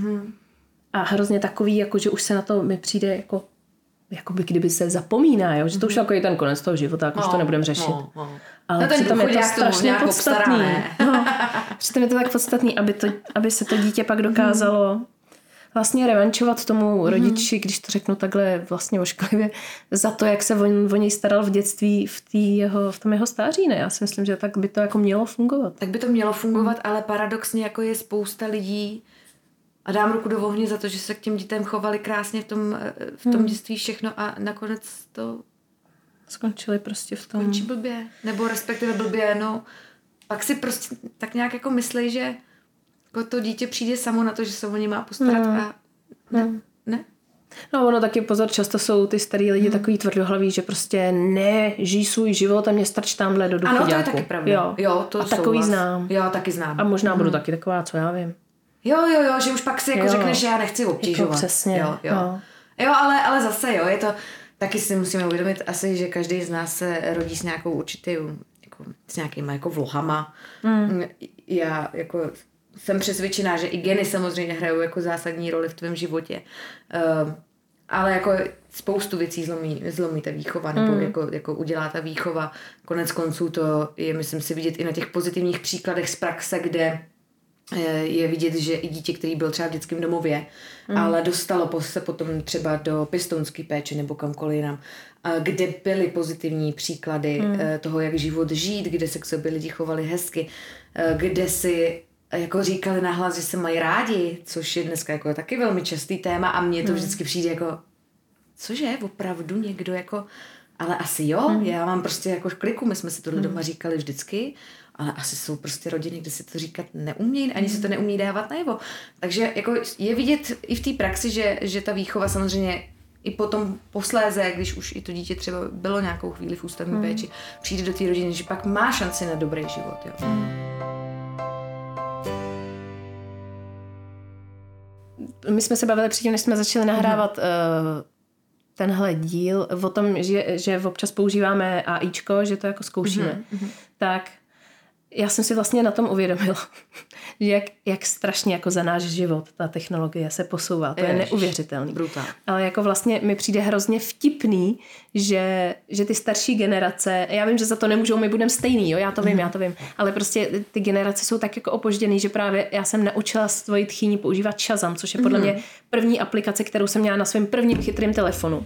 A hrozně takový, jako že už se na to mi přijde jako by kdyby se zapomíná, jo? Že to už je takový ten konec toho života, jak už to nebudeme řešit. Ale přitom je to strašně podstatný. Přitom je to tak podstatný, aby se to dítě pak dokázalo vlastně revančovat tomu rodiči, když to řeknu takhle vlastně ošklivě, za to, jak se o něj staral v dětství v tom jeho stáří. Ne? Já si myslím, že tak by to jako mělo fungovat. Tak by to mělo fungovat, ale paradoxně jako je spousta lidí, a dám ruku do ohně za to, že se k těm dětem chovali krásně v tom dětství všechno a nakonec to skončili prostě v tom. Skončí blbě, nebo respektive blbě, no. Pak si prostě tak nějak jako myslej, že jako to dítě přijde samo na to, že se o ně má postarat a ne. No ono taky pozor, často jsou ty starý lidi takový tvrdohlaví, že prostě žij svůj život a mě strč tamhle do důchoďáku. Ano, to je taky pravda. Jo, to a takový znám. Jo, taky znám. A možná budu taky taková, co já vím. Jo, že už pak si jako řekneš, že já nechci obtěžovat. Jako přesně. Jo, ale zase jo, je to, taky si musíme uvědomit asi, že každý z nás se rodí s nějakou určitou, jako, s nějakýma jako vlohama. Já jako jsem přesvědčená, že i geny samozřejmě hrajou jako zásadní roli v tvém životě. Ale jako spoustu věcí zlomí ta výchova, nebo jako udělá ta výchova. Konec konců to je, myslím si, vidět i na těch pozitivních příkladech z praxe, kde je vidět, že i dítě, který byl třeba v dětském domově, ale dostalo se potom třeba do pěstounské péče nebo kamkoliv jinam, kde byly pozitivní příklady toho, jak život žít, kde se k sobě lidi chovali hezky, kde si jako říkali nahlas, že se mají rádi, což je dneska jako taky velmi častý téma a mně to vždycky přijde jako, cože, opravdu někdo jako, ale asi jo, já mám prostě jako kliku, my jsme si tohle doma říkali vždycky, ale asi jsou prostě rodiny, kde si to říkat neumějí, ani se to neumějí dávat najevo. Takže jako je vidět i v té praxi, že ta výchova samozřejmě i potom posléze, když už i to dítě třeba bylo nějakou chvíli v ústavní péči, přijde do té rodiny, že pak má šanci na dobrý život. Jo. My jsme se bavili předtím, než jsme začali nahrávat tenhle díl o tom, že občas používáme AIčko, že to jako zkoušíme. Tak já jsem si vlastně na tom uvědomila, že jak strašně jako za náš život ta technologie se posouvá. To je neuvěřitelný. Brutál. Ale jako vlastně mi přijde hrozně vtipný, že ty starší generace, já vím, že za to nemůžou, my budeme stejný, jo, já to vím, ale prostě ty generace jsou tak jako opožděný, že právě já jsem naučila svoji tchýni používat Shazam, což je podle mě první aplikace, kterou jsem měla na svém prvním chytrém telefonu.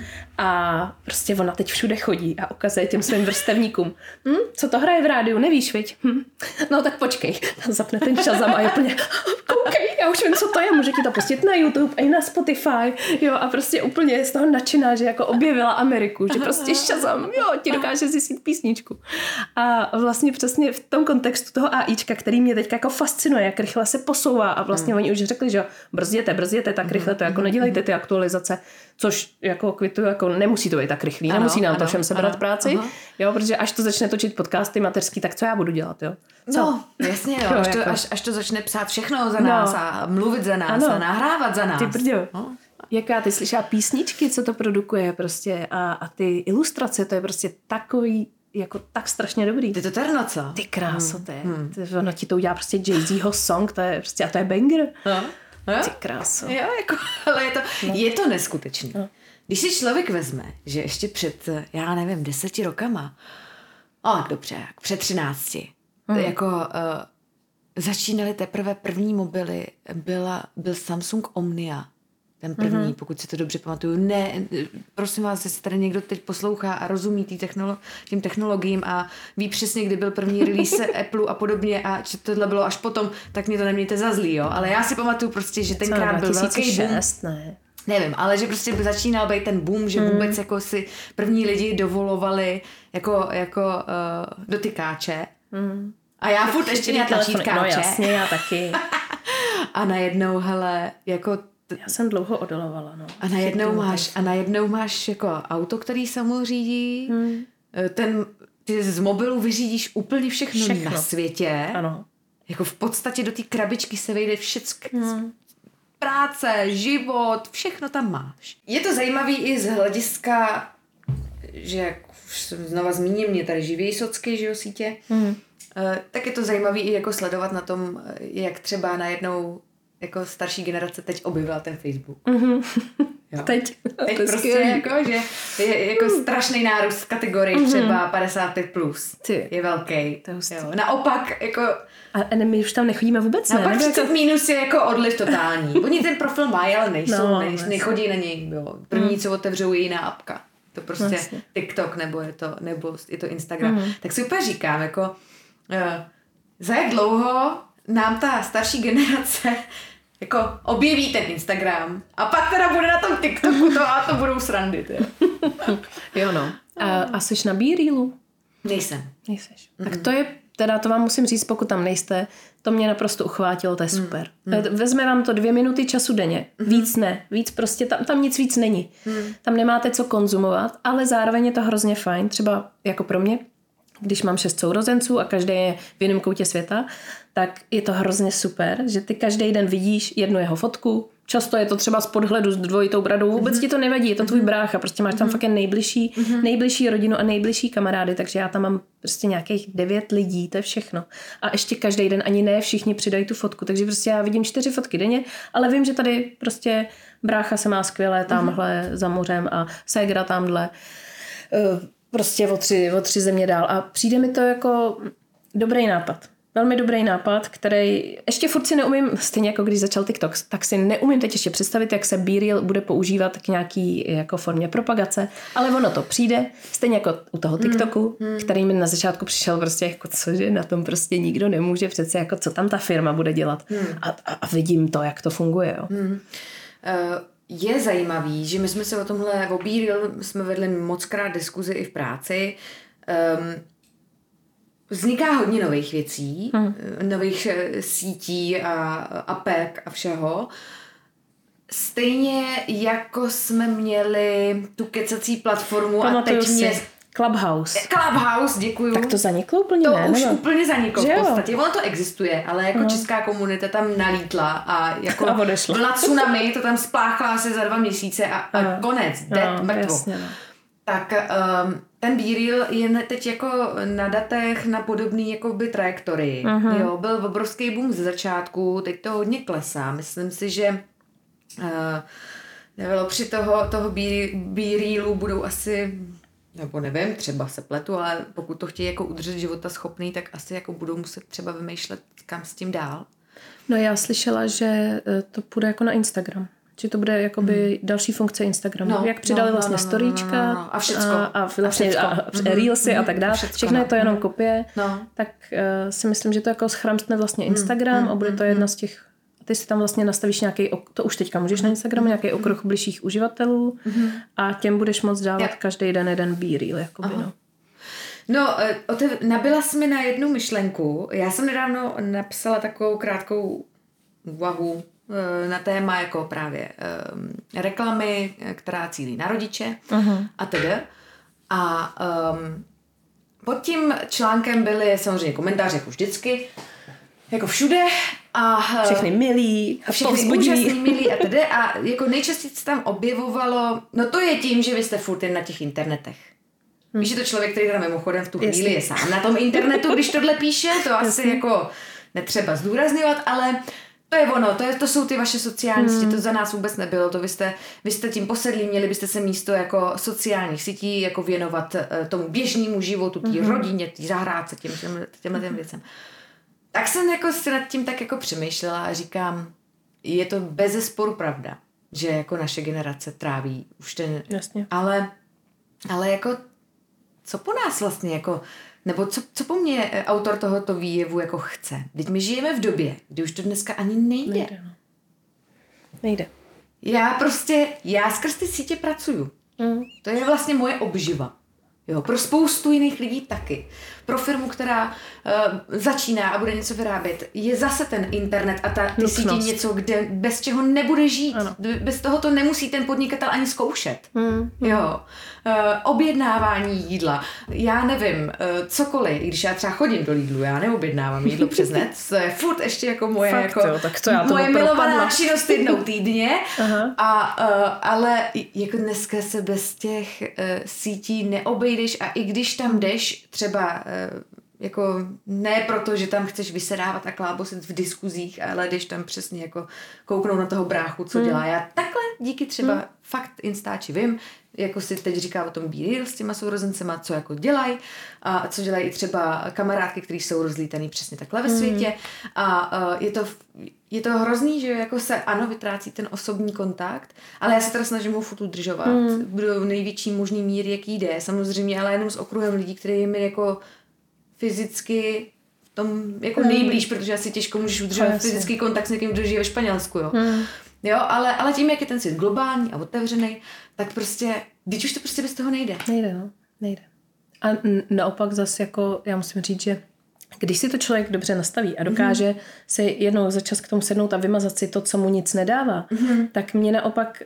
A prostě ona teď všude chodí a ukazuje těm svým vrstevníkům. Co to hraje v rádiu, nevíš, viď? No tak počkej, zapne ten Shazam a je úplně koukej, já už vím, co to je, může ti to pustit na YouTube i na Spotify, jo, a prostě úplně je z toho nadšená, že jako objevila Ameriku, že prostě Shazam, jo, ti dokáže zjistit písničku. A vlastně přesně v tom kontextu toho AIčka, který mě teď jako fascinuje, jak rychle se posouvá a vlastně oni už řekli, že brzděte, tak rychle to jako nedělejte ty aktualizace, což jako kvituju, jako nemusí to být tak rychlý, nemusí nám to všem sebrat práci, jo, protože až to začne točit podcasty mateřský, tak co já budu dělat, jo? Co? No, jasně, jo, až to začne psát všechno za nás a mluvit za nás a nahrávat za nás. Ty brďo. Jaká ty slyšela písničky, co to produkuje prostě a ty ilustrace, to je prostě takový jako tak strašně dobrý. Ty to terno, co? Ty kráso, ono ti to udělá prostě Jay-Zho song, to je prostě, a to je banger. Ty kráso. Jo, jako, ale je to neskutečný. Když si člověk vezme, že ještě před, já nevím, 10 rokama, dobře, před 13, jako začínaly teprve první mobily, byl Samsung Omnia, ten první, pokud si to dobře pamatuju. Ne, prosím vás, jestli tady někdo teď poslouchá a rozumí tím technologiím a ví přesně, kdy byl první release Apple a podobně a že tohle bylo až potom, tak mě to nemějte za zlý, jo. Ale já si pamatuju prostě, že tenkrát byl velký boom. Ne. Nevím, ale že prostě začínal být ten boom, že vůbec jako si první lidi dovolovali jako dotykáče. A já furt ještě měla tlačítkáče. No jasně, já taky. A najednou, hele, jako... Já jsem dlouho odolovala, no. A najednou máš jako auto, který samořídí. Ty z mobilu vyřídíš úplně všechno na světě. Ano. Jako v podstatě do té krabičky se vejde všechno. Práce, život, všechno tam máš. Je to zajímavý i z hlediska, že jak už znova zmíním, mě tady živějí socky, že jo, sítě, tak je to zajímavý i jako sledovat na tom, jak třeba najednou jako starší generace teď objevila ten Facebook. Jo. Teď prostě jako, že je jako strašný nárůst kategorii třeba 55+. Je velký. Jo. Naopak jako... A my už tam nechodíme vůbec, ne? Naopak 30 minus je jako odliv totální. Oni ten profil mají, ale nechodí na něj. Jo. První, co otevřou, je jiná apka. To prostě TikTok nebo je to Instagram. Tak si úplně říkám, jako za jak dlouho nám ta starší generace jako objeví ten Instagram a pak teda bude na tom TikToku to budou srandy. Jo no. A jsi na BeRealu? Nejsem. Nejseš. Tak to je, teda to vám musím říct, pokud tam nejste, To mě naprosto uchvátilo, to je super. Vezme vám to 2 minuty času denně. Víc ne. Víc prostě, tam nic víc není. Tam nemáte co konzumovat, ale zároveň je to hrozně fajn. Třeba jako pro mě, když mám 6 sourozenců a každý je v jiném koutě světa, tak je to hrozně super, že ty každý den vidíš jednu jeho fotku. Často je to třeba z podhledu s dvojitou bradou. Vůbec ti to nevadí, je to tvůj brácha. Prostě máš tam fakt nejbližší rodinu a nejbližší kamarády, takže já tam mám prostě nějakých 9 lidí, to je všechno. A ještě každý den ani ne všichni přidají tu fotku, takže prostě já vidím 4 fotky denně, ale vím, že tady prostě brácha se má skvěle tamhle za mořem a ségra tamhle prostě o 3 země dál. A přijde mi to jako dobrý nápad. Velmi dobrý nápad, který ještě furt si neumím, stejně jako když začal TikTok, tak si neumím teď ještě představit, jak se BeReal bude používat k nějaký jako formě propagace, ale ono to přijde, stejně jako u toho TikToku, který mi na začátku přišel prostě jako cože, na tom prostě nikdo nemůže přece, jako co tam ta firma bude dělat. A vidím to, jak to funguje. Jo. Je zajímavý, že my jsme se o tomhle, o BeReal jsme vedli mockrát diskuzi i v práci. Vzniká hodně nových věcí, nových sítí a apek a všeho. Stejně jako jsme měli tu kecací platformu Pamatuju a teď mě... Clubhouse, děkuju. Tak to zaniklo úplně, to ne? už úplně zaniklo že v podstatě. Ono to existuje, ale jako česká komunita tam nalítla a jako byla tsunami, to tam spláchla asi za 2 měsíce a konec, mrtvo. Jasně, no. Tak ten BeReal je teď jako na datech na podobný jakoby trajektorii. Jo, byl obrovský boom ze začátku, teď to hodně klesá. Myslím si, že při toho BeRealu budou asi, nebo nevím, třeba se pletu, ale pokud to chtějí jako udržet života schopný, tak asi jako budou muset třeba vymýšlet, kam s tím dál. No já slyšela, že to půjde jako na Instagram. Že to bude jakoby další funkce Instagramu. Jak přidali vlastně storíčka a všecko. A reelsy a tak dále. Všechno je to jenom kopie. Tak si myslím, že to jako schramstne vlastně Instagram a bude to jedna z těch... Ty si tam vlastně nastavíš nějaký, to už teďka můžeš na Instagramu, nějaký okruh bližších uživatelů a těm budeš moct dávat každý den jeden BeReal. Jakoby, nabila jsi mi na jednu myšlenku. Já jsem nedávno napsala takovou krátkou úvahu na téma jako právě reklamy, která cílí na rodiče a tedy. A pod tím článkem byly samozřejmě komentáře jako vždycky, jako všude. A všechny milí, všechny úžasný milí a tedy. A jako nejčastěji se tam objevovalo, no to je tím, že vy jste furt jen na těch internetech. Víš, že to člověk, který teda mimochodem v tu chvíli je sám na tom internetu, když tohle píše, to asi jako netřeba zdůrazňovat, ale to je ono, to jsou ty vaše sociální sítě, to za nás vůbec nebylo, to vy jste tím posedlí, měli byste se místo jako sociálních sítí jako věnovat tomu běžnému životu, té rodině, té zahrádce, těmhle věcem. Tak jsem jako si nad tím tak jako přemýšlela a říkám, je to bezesporu pravda, že jako naše generace tráví už ten... Jasně. Ale jako co po nás vlastně jako... Nebo co po mně autor tohoto výjevu jako chce? Teď my žijeme v době, kdy už to dneska ani nejde. Nejde. Já skrz ty sítě pracuju. To je vlastně moje obživa. Jo, pro spoustu jiných lidí taky. Pro firmu, která začíná a bude něco vyrábět, je zase ten internet a ty sítě něco, kde bez čeho nebude žít. Ano. Bez toho to nemusí ten podnikatel ani zkoušet. Jo. Objednávání jídla. Já nevím, cokoliv, i když já třeba chodím do Lidlu, já neobjednávám jídlo přes net, to je furt ještě jako moje, fakt, jako, jo, tak to já moje milovaná činnost jednou týdně. Ale jako dneska se bez těch sítí neobejdeš a i když tam jdeš třeba jako ne proto, že tam chceš vysedávat a klábosit v diskuzích, ale jdeš tam přesně jako kouknout na toho bráchu, co dělá. Já takhle díky třeba fakt Instači vím, jako si teď říká o tom BeReal s těma sourozencema, co jako dělají a co dělají i třeba kamarádky, kteří jsou rozlítaný přesně takhle ve světě a je to hrozný, že jako se ano, vytrácí ten osobní kontakt, ale já se teda snažím ho furt udržovat v největší možný míry, jaký jde, samozřejmě, ale jenom s okruhem lidí, který je mi jako fyzicky v tom jako nejblíž, protože asi těžko můžeš udržovat fyzický kontakt s někým, kdo žije ve Španělsku, jo. Jo, ale tím, jak je ten svět globální a otevřený, tak prostě, když už to prostě bez toho nejde. Nejde. A naopak zase jako, já musím říct, že Když si to člověk dobře nastaví a dokáže se jednou za čas k tomu sednout a vymazat si to, co mu nic nedává, tak mě naopak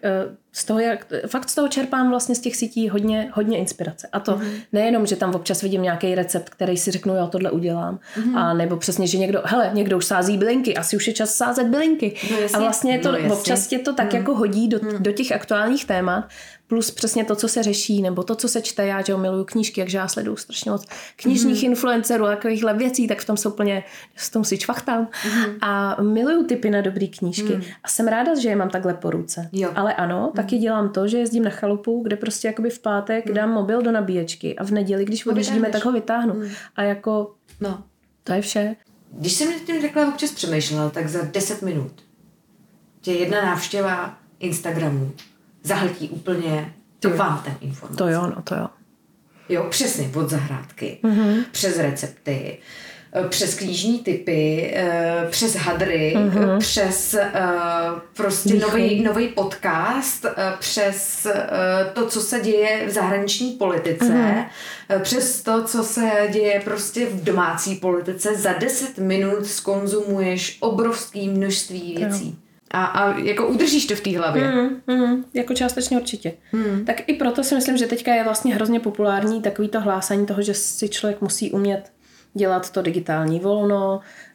z toho čerpám vlastně z těch sítí hodně inspirace. A to nejenom, že tam občas vidím nějaký recept, který si řeknu, jo, tohle udělám. A nebo přesně, že někdo už sází bylinky, asi už je čas sázet bylinky. No jasně, a vlastně občas tě to tak jako hodí do těch aktuálních témat, plus přesně to, co se řeší, nebo to, co se čte. Já, že miluju knížky, jakže já sleduju strašně moc knižních influencerů a takovýchhle věcí, tak v tom jsou úplně, s tom si čvachtám. A miluju tipy na dobrý knížky. A jsem ráda, že je mám takhle po ruce. Jo. Ale ano, taky dělám to, že jezdím na chalupu, kde prostě jakoby v pátek dám mobil do nabíječky a v neděli, když odjíždíme, tak ho vytáhnu. A jako, to je vše. Když jsem tím takhle občas přemýšlela, tak za 10 minut tě jedna návštěva Instagramu zahltí úplně ten informace. To jo. Jo, přesně, od zahrádky, přes recepty, přes knižní tipy, přes hadry, přes prostě nový podcast, přes to, co se děje v zahraniční politice, přes to, co se děje prostě v domácí politice. Za 10 minut zkonzumuješ obrovské množství věcí. A jako udržíš to v té hlavě. Jako částečně určitě. Tak i proto si myslím, že teďka je vlastně hrozně populární takový to hlásání toho, že si člověk musí umět dělat to digitální volno,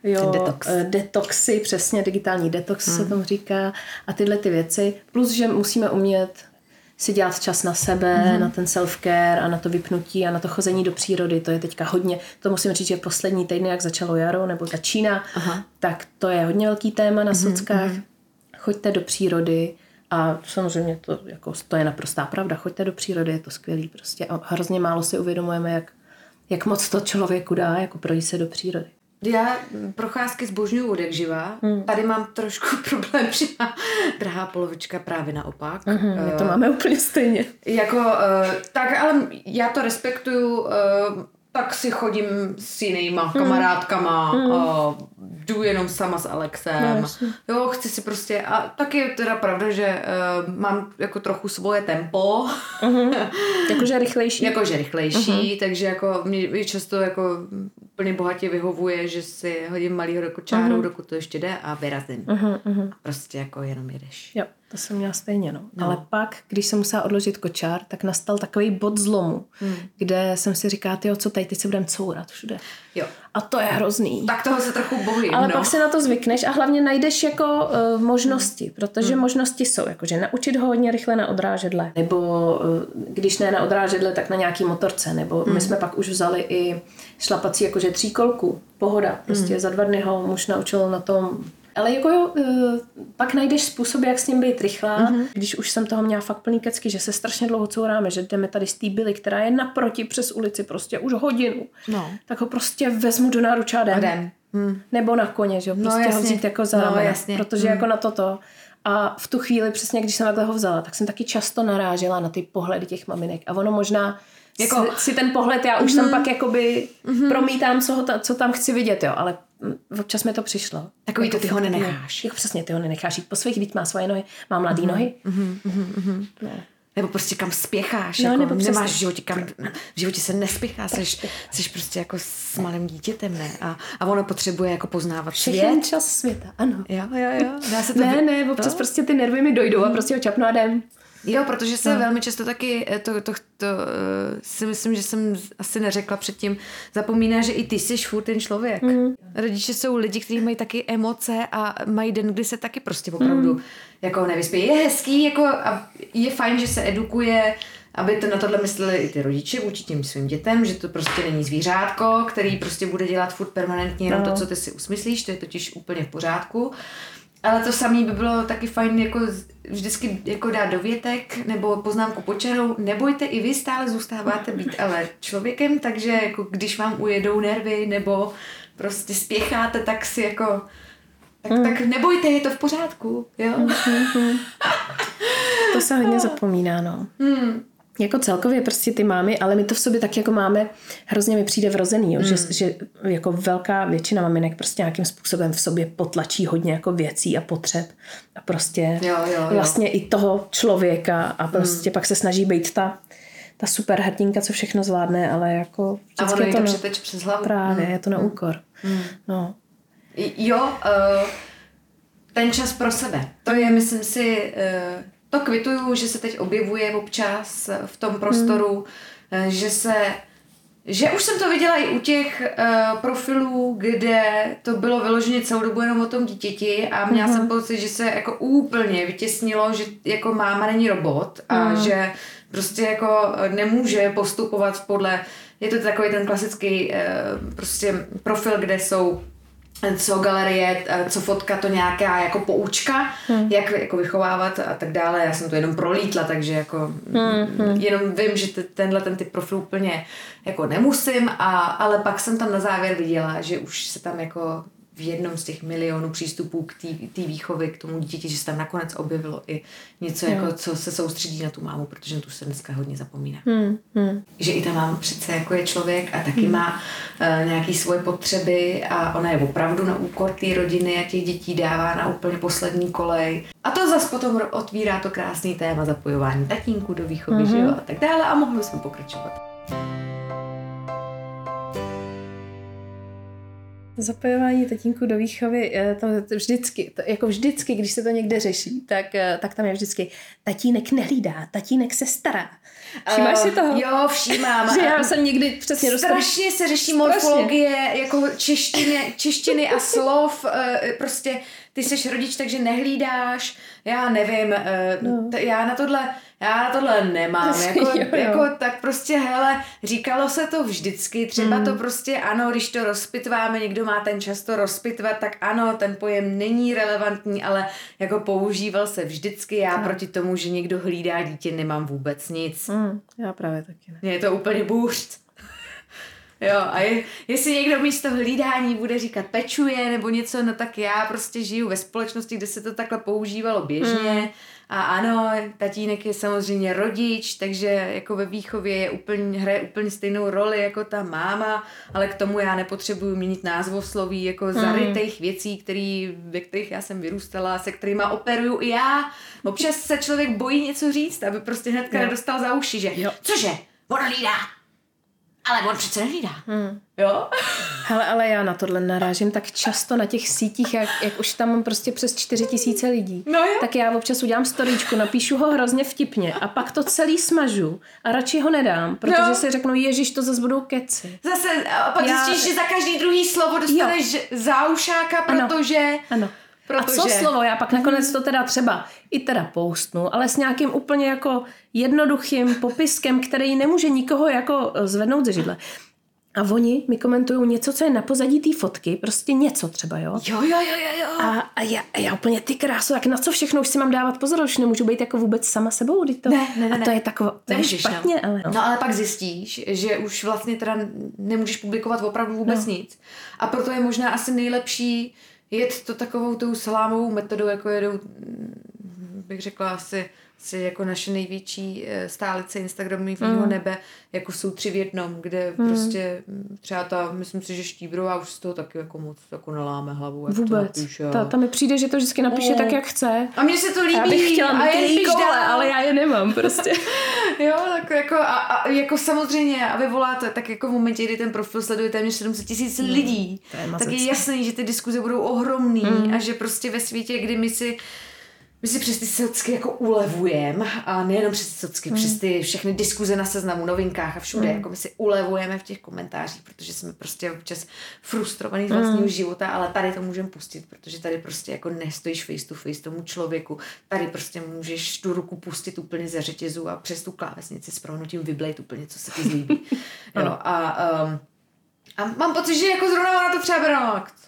detoxy, přesně digitální detox se tomu říká a tyhle ty věci. Plus, že musíme umět si dělat čas na sebe, na ten self-care a na to vypnutí a na to chození do přírody. To je teďka hodně, to musím říct, že poslední týdny, jak začalo jaro nebo začíná, tak to je hodně velký téma na sockách. Choďte do přírody a samozřejmě to je naprostá pravda. Choďte do přírody, je to skvělý prostě a hrozně málo si uvědomujeme, jak moc to člověku dá, jako projít se do přírody. Já procházky zbožňuju odek živa. Tady mám trošku problém, že má drahá polovička právě naopak. My to máme úplně stejně. Tak, ale já to respektuju. Tak si chodím s jinýma kamarádkama, jdu jenom sama s Alexem. Jo, chci si prostě, a taky je teda pravda, že mám jako trochu svoje tempo. Jakože rychlejší. Takže jako mě často jako úplně bohatě vyhovuje, že si hodím malýho do kočáru, dokud to ještě jde a vyrazím. A prostě jako jenom jedeš. Jo, to jsem měla stejně, no. Ale pak, když jsem musela odložit kočár, tak nastal takový bod zlomu, kde jsem si říkala, co tady, teď se budeme courat všude. Jo. A to je hrozný. Tak toho se trochu bojím. Ale pak si na to zvykneš a hlavně najdeš jako možnosti, protože možnosti jsou, jakože naučit ho hodně rychle na odrážedle, nebo když ne na odrážedle, tak na nějaký motorce, nebo my jsme pak už vzali i šlapací jakože tříkolku, pohoda, prostě za 2 dny ho muž naučil na tom. Ale jako pak najdeš způsob, jak s ním být rychlá, když už jsem toho měla fakt plný kecky, že se strašně dlouho couráme, že jdeme tady z té Billy, která je naproti přes ulici prostě už hodinu, tak ho prostě vezmu do náruče a jdem. Nebo na koně, že jo, prostě ho vzít jako za ramena, protože jako na toto. A v tu chvíli přesně, když jsem takhle ho vzala, tak jsem taky často narážela na ty pohledy těch maminek a ono možná jako si ten pohled, já už tam pak jakoby promítám, co tam chci vidět, jo, ale občas mi to přišlo. Takový to ty ho nenecháš. Jako přesně, ty ho nenecháš jít po svých, teď má svoje nohy, má mladý nohy. No. Nebo prostě kam spěcháš, jako nebo nemáš v životě se nespěchá, jsi prostě jako s malým dítětem, ne? A ono potřebuje jako poznávat svět. Všechny čas světa, ano. Jo. Dá se to ne, občas prostě ty nervy mi dojdou a prostě ho čapnu a jdem. Jo, protože se velmi často taky, to si myslím, že jsem asi neřekla předtím, zapomíná, že i ty jsi furt ten člověk. Rodiče jsou lidi, kteří mají taky emoce a mají den, kdy se taky prostě opravdu jako nevyspí. Je hezký, jako a je fajn, že se edukuje, aby to na tohle mysleli i ty rodiče vůči těm svým dětem, že to prostě není zvířátko, který prostě bude dělat furt permanentně jenom to, co ty si usmyslíš, to je totiž úplně v pořádku. Ale to samé by bylo taky fajn jako vždycky jako dát dovětek nebo poznámku pod čarou. Nebojte, i vy stále zůstáváte být ale člověkem, takže jako když vám ujedou nervy nebo prostě spěcháte, tak si jako tak nebojte, je to v pořádku, jo? To se hodně zapomíná, no. Jako celkově prostě ty mámy, ale my to v sobě tak jako máme, hrozně mi přijde vrozený, jo, že jako velká většina maminek prostě nějakým způsobem v sobě potlačí hodně jako věcí a potřeb a prostě jo. vlastně i toho člověka a prostě pak se snaží být ta super hrdinka, co všechno zvládne, ale jako a ono je to přeteč přes hlavu. Právě, je to na úkor. No. Jo, ten čas pro sebe. To je, myslím si, to kvituju, že se teď objevuje občas v tom prostoru, že už jsem to viděla i u těch profilů, kde to bylo vyloženě celou dobu jenom o tom dítěti a měla jsem pocit, že se jako úplně vytěsnilo, že jako máma není robot a že prostě jako nemůže postupovat podle, je to takový ten klasický prostě profil, kde jsou co galerie, co fotka, to nějaká jako poučka, jak jako vychovávat a tak dále. Já jsem to jenom prolítla, takže jako jenom vím, že tenhle ten typ profil úplně jako nemusím, ale pak jsem tam na závěr viděla, že už se tam jako v jednom z těch milionů přístupů k té výchově, k tomu dítěti, že se tam nakonec objevilo i něco, jako, co se soustředí na tu mámu, protože na tu se dneska hodně zapomíná. Že i ta máma přece jako je člověk a taky má nějaké svoje potřeby a ona je opravdu na úkor té rodiny a těch dětí dává na úplně poslední kolej. A to zase potom otvírá to krásný téma zapojování tatínků do výchovy, že jo, a tak dále a mohli jsme pokračovat. Zapojování tatínku do výchovy, to vždycky, když se to někde řeší, tak tam je vždycky tatínek nehlídá, tatínek se stará. Všímáš si toho? Jo, všímám. Že já jsem někdy přesně dostala. Strašně se řeší morfologie, jako češtiny a slov, prostě ty seš rodič, takže nehlídáš, já nevím, já na tohle nemám, jako tak prostě hele, říkalo se to vždycky, třeba to prostě ano, když to rozpitváme, někdo má ten čas to rozpitvat, tak ano, ten pojem není relevantní, ale jako používal se vždycky, já proti tomu, že někdo hlídá dítě, nemám vůbec nic. Já právě taky ne. Mně je to úplně bůřt. Jo, a jestli někdo místo hlídání bude říkat pečuje nebo něco, no tak já prostě žiju ve společnosti, kde se to takhle používalo běžně a ano, tatínek je samozřejmě rodič, takže jako ve výchově hraje úplně stejnou roli jako ta máma, ale k tomu já nepotřebuju měnit názvosloví jako zarytých věcí, ve kterých já jsem vyrůstala, se kterými operuju i já. Občas se člověk bojí něco říct, aby prostě hnedka nedostal za uši, že cože, on hlídá. Ale on přece nehlídá. Jo? Hele, ale já na tohle narážím tak často na těch sítích, jak už tam mám prostě přes 4000 lidí. No jo. Tak já občas udělám storíčku, napíšu ho hrozně vtipně a pak to celý smažu a radši ho nedám, protože si řeknu, ježiš, to zase budou keci. Zase, a pak zjistíš, že za každý druhý slovo dostaneš záušáka, protože... Ano. A co slovo? Já pak nakonec to třeba postnu, ale s nějakým úplně jako jednoduchým popiskem, který nemůže nikoho jako zvednout ze židle. A oni mi komentují něco, co je na pozadí té fotky, prostě něco třeba, jo? Jo. A já úplně ty krásu, jak na co všechno už si mám dávat pozor, už nemůžu být jako vůbec sama sebou, to. Ne. A to je to je špatně, ale... No ale pak zjistíš, že už vlastně teda nemůžeš publikovat opravdu vůbec nic. A proto je možná asi nejlepší jet to takovou tou salámovou metodou, jako jedou, bych řekla, asi jako naše největší stálice Instagramového nebe, jako jsou 3 v jednom, kde prostě třeba myslím si, že Štíbrová už z toho taky jako moc jako naláme hlavu. Vůbec. Ta mi přijde, že to vždycky napíše tak, jak chce. A mně se to líbí. Já bych chtěla mít její koule, ale já je nemám prostě. Jo, tak jako, a jako samozřejmě, a vy voláte, tak jako v momentě, kdy ten profil sleduje téměř 700 000 lidí, tak je jasný, že ty diskuze budou ohromný a že prostě ve světě, kdy my si přes ty socky jako ulevujeme a nejenom přes ty socky, přes ty všechny diskuze na Seznamu, Novinkách a všude, jako my si ulevujeme v těch komentářích, protože jsme prostě občas frustrovaní z vlastního života, ale tady to můžeme pustit, protože tady prostě jako nestojíš face to face tomu člověku, tady prostě můžeš tu ruku pustit úplně ze řetězu a přes tu klávesnici s prohnutím vyblejt úplně, co se ti zlíbí. Jo, a mám pocit, že jako zrovna ona to třeba bere,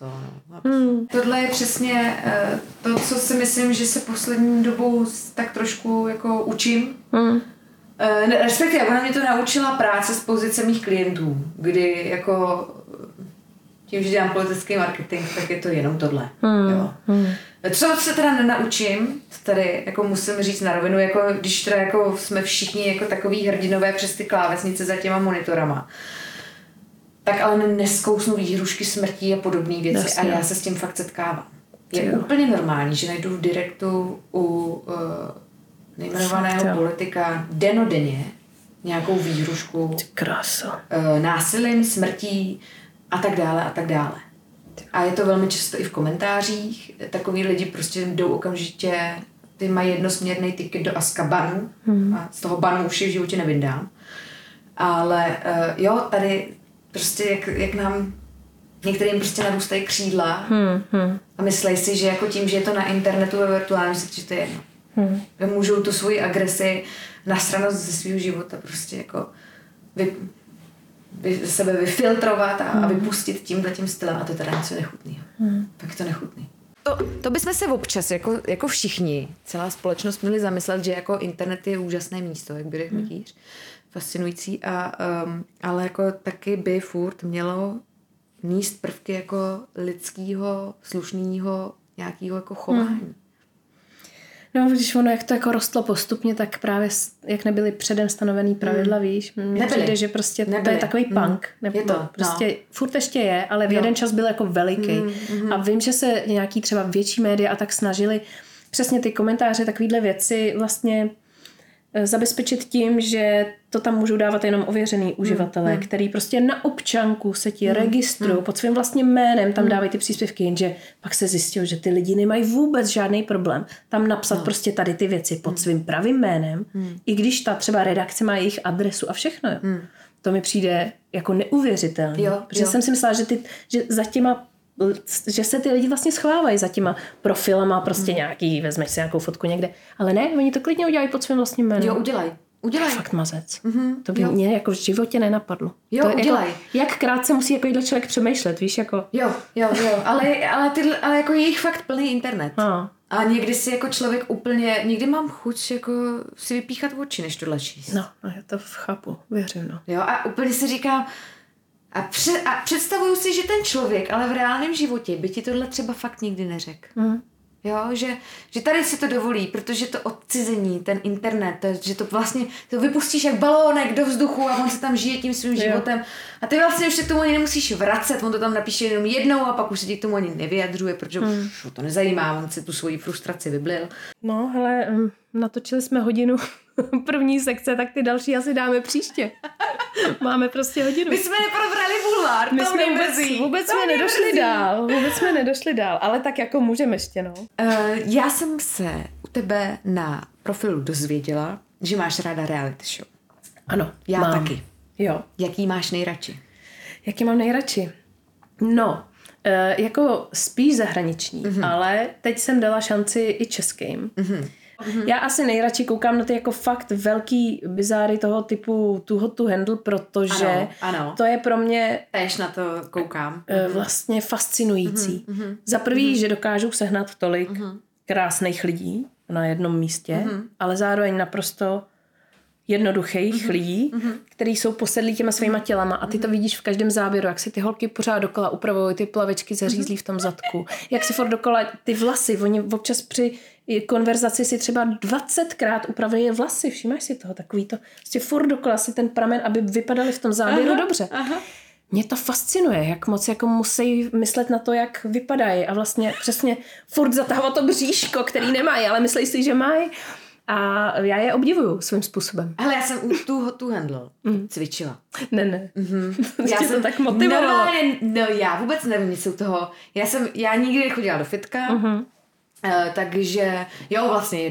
Tohle je přesně to, co si myslím, že se poslední dobou tak trošku jako učím. Respektive, ona mě to naučila práce z pozice mých klientů, kdy jako tím, že dělám politický marketing, tak je to jenom tohle. Jo. Co se teda nenaučím, tady jako musím říct na rovinu, jako když teda jako jsme všichni jako takový hrdinové přes ty klávesnice za těma monitorama, tak ale neskousnu výhrušky smrtí a podobné věci. Jasně. A já se s tím fakt setkávám. Je úplně normální, že najdu v direktu u nejmenovaného politika denodenně nějakou výhrušku. Krása. Násilím, smrtí a tak dále a tak dále. A je to velmi často i v komentářích. Takový lidi prostě jdou okamžitě, ty mají jednosměrný tiket do Azkabanu a z toho banu už je v životě nevyndám. Ale jo, tady prostě jak nám některým prostě narůstají křídla a myslej si, že jako tím, že je to na internetu ve virtuálním světě, že to je jedno. Můžou tu svoji agresi, nasranost ze svého života prostě jako sebe vyfiltrovat a vypustit tímhletím stylem a to je teda něco nechutného. Tak to nechutný. To bychom se občas, jako všichni, celá společnost měli zamyslet, že jako internet je úžasné místo, jak by řekl Mikýř, fascinující, ale jako taky by furt mělo míst prvky jako lidského, slušného, nějakého jako chování. No, když ono, jak to jako rostlo postupně, tak právě jak nebyly předem stanovený pravidla, víš, mně přijde, že prostě to je takový punk. Je to, prostě furt ještě je, ale v jeden čas byl jako veliký. A vím, že se nějaký třeba větší média a tak snažili přesně ty komentáře, takovýhle věci vlastně zabezpečit tím, že to tam můžou dávat jenom ověřený uživatelé, který prostě na občanku se ti registrují pod svým vlastním jménem, tam dávají ty příspěvky, jenže pak se zjistilo, že ty lidi nemají vůbec žádný problém tam napsat prostě tady ty věci pod svým pravým jménem, i když ta třeba redakce má jejich adresu a všechno. To mi přijde jako neuvěřitelné. Protože jsem si myslela, že za těma že se ty lidi vlastně schovávají za těma profilama prostě nějaký, vezmeš si nějakou fotku někde. Ale ne, oni to klidně udělají pod svým vlastním jménem. Jo, udělaj. Fakt mazec. To by mě jako v životě nenapadlo. Jo, to udělaj. Jako, jak krátce musí takovýhle člověk přemýšlet, víš, jako. Jo. Ale jako je jich fakt plný internet. A někdy si jako člověk úplně, někdy mám chuť jako si vypíchat oči, než tohle číst. No, já to chápu, věřím, no. Jo, a úplně si říkám, a představuju si, že ten člověk, ale v reálném životě by ti tohle třeba fakt nikdy neřekl. Jo, že tady si to dovolí, protože to odcizení, ten internet, že to vlastně to vypustíš jak balónek do vzduchu a on se tam žije tím svým životem. A ty vlastně už se k tomu ani nemusíš vracet, on to tam napíše jenom jednou a pak už se ti k tomu ani nevyjadřuje, protože už to nezajímá, on si tu svoji frustraci vyblil. No, hele, natočili jsme hodinu první sekce, tak ty další asi dáme příště. Máme prostě hodinu. My jsme neprobrali bulvár, my jsme vůbec jsme nedošli dál, ale tak jako můžeme ještě, no. Já jsem se u tebe na profilu dozvěděla, že máš ráda reality show. Ano, já mám. Taky. Jo. Jaký máš nejradši? Jaký mám nejradši? No, jako spíš zahraniční, ale teď jsem dala šanci i českým. Já asi nejradši koukám na ty jako fakt velký bizáry toho typu Too Hot to Handle, protože ano. to je pro mě též na to koukám. Vlastně fascinující. Za prvý, že dokážou sehnat tolik krásných lidí na jednom místě, ale zároveň naprosto jednoduchých lidí, kteří jsou posedlí těma svýma tělama a ty to vidíš v každém záběru, jak si ty holky pořád dokola upravují ty plavečky zařízlí v tom zadku, jak si furt dokola ty vlasy, oni občas při konverzaci si třeba 20krát upravují vlasy, všímáš si toho, takový to, prostě furt dokola si ten pramen, aby vypadaly v tom záběru dobře. Mě to fascinuje, jak moc jako musí myslet na to, jak vypadají a vlastně přesně furt zatahovat to bříško, který nemají, ale myslí si, že mají. A já je obdivuju svým způsobem. Hele, já jsem u Too Hot to Handle cvičila. Ne. Já jsem to tak motivovala. No, já vůbec nevím nic u toho. Já nikdy nechodila do fitka, takže jo, vlastně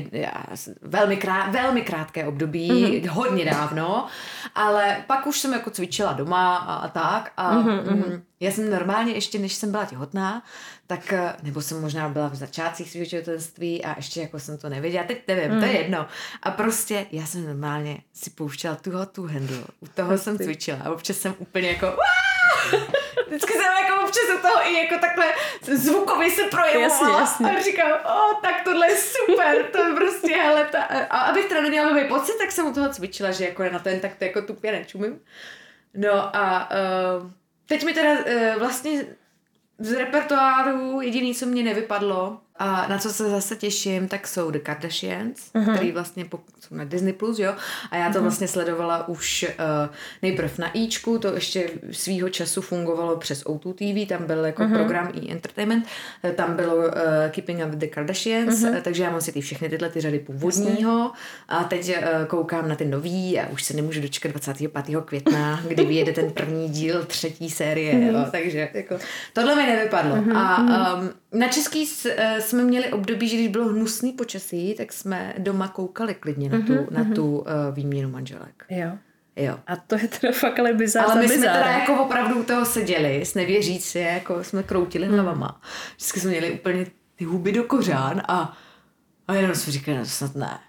velmi krátké období, hodně dávno, ale pak už jsem jako cvičila doma a tak a já jsem normálně ještě, než jsem byla těhotná, tak, nebo jsem možná byla v začátcích svého těhotenství a ještě jako jsem to nevěděla, teď nevím, to je jedno. A prostě já jsem normálně si pouštěla Too Hot to Handle, u toho jsem cvičila a občas jsem úplně jako vždycky jsem jako občas u toho i jako takhle zvukově se projevovala a říkám, tak tohle je super, to je prostě, hele, a abych teda neměla nový pocit, tak jsem u toho cvičila, že jako na ten tak to jako tupě nečumím. No a teď mi teda vlastně z repertoáru jediný, co mě nevypadlo, A na co se zase těším, tak jsou The Kardashians, který vlastně jsou na Disney+, jo. A já to vlastně sledovala už nejprv na Ičku, to ještě svýho času fungovalo přes O2 TV, tam byl jako program Entertainment, tam bylo Keeping Up with the Kardashians, takže já mám si všechny tyhle ty řady původního a teď koukám na ty nový a už se nemůžu dočkat 25. května, kdy vyjede ten první díl 3. série, jo. Takže jako, tohle mi nevypadlo. A na český jsme měli období, že když bylo hnusný počasí, tak jsme doma koukali klidně na tu výměnu manželek. Jo. A to je teda fakt ale bizár. Ale my jsme teda jako opravdu u toho seděli, s nevěřící, jako jsme kroutili hlavama. Vždycky jsme měli úplně ty huby do kořán a jenom jsme říkali, no snad ne.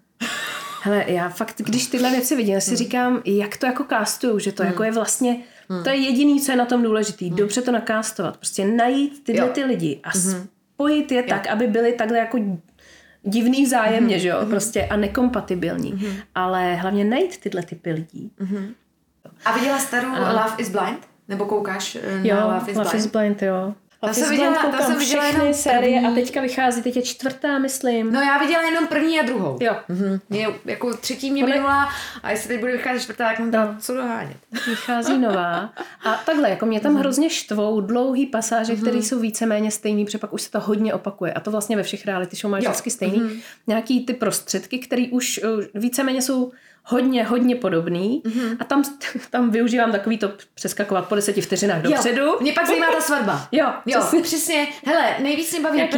Hele, já fakt, když tyhle věci vidím, já si říkám, jak to jako castujou, že to jako je vlastně, to je jediný, co je na tom důležitý, dobře to nakástovat, prostě najít tyhle ty lidi a spojit je tak, aby byli takhle jako divný vzájemně, že jo, prostě a nekompatibilní, ale hlavně najít tyhle typy lidí. A viděla starou Love is Blind? Nebo koukáš na Love is Blind? Jo. To jsem viděla jenom série a teďka vychází, teď je 4. myslím. No já viděla jenom 1. a 2. Jo. Mě, jako 3. mě minula a jestli teď bude vycházet 4., tak mám co dohánět. Vychází nová a takhle, jako mě tam hrozně štvou dlouhý pasáže, které jsou víceméně stejný, protože pak už se to hodně opakuje a to vlastně ve všech reality show máš vždycky stejný. Nějaký ty prostředky, které už víceméně jsou hodně podobný a tam využívám takový to přeskakovat po 10 vteřinách dopředu. Mě pak zajímá ta svatba. Jo, přesně. Hele, nejvíc mě baví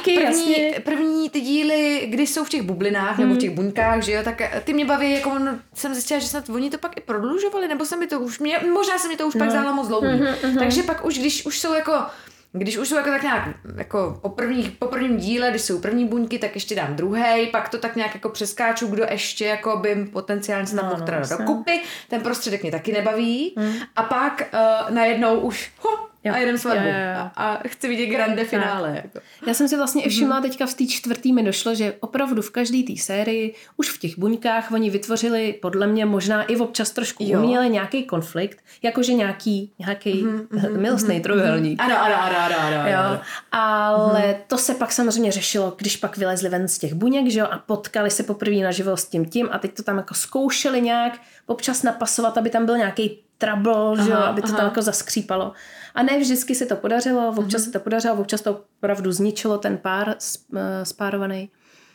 první ty díly, kdy jsou v těch bublinách nebo v těch buňkách, že jo, tak ty mě baví, jako jsem zjistila, že snad oni to pak i prodlužovali, nebo se mi to už, možná se mi to už pak zdálo moc dlouhý. Takže pak už, když už jsou jako tak nějak jako po prvním díle, když jsou první buňky, tak ještě dám druhý, pak to tak nějak jako přeskáču, kdo ještě jako by potenciálně se tam mohl dokupy, ten prostředek mě taky nebaví a pak najednou už a jedem svatbu. A chci vidět grande finále. Jako. Já jsem si vlastně i všimla teďka v té 4. mi došlo, že opravdu v každé té sérii už v těch buňkách oni vytvořili podle mě možná i občas trošku uměle nějaký konflikt, jakože nějaký milostný trojuhelník. Ano. Ale to se pak samozřejmě řešilo, když pak vylezli ven z těch buněk, že jo, a potkali se poprvé naživo s tím a teď to tam jako zkoušeli nějak občas napasovat, aby tam byl nějaký trouble, že jo, aby to tam jako zaskřípalo. A ne vždycky se to podařilo, občas se to podařilo, občas to opravdu zničilo ten pár spárovaný.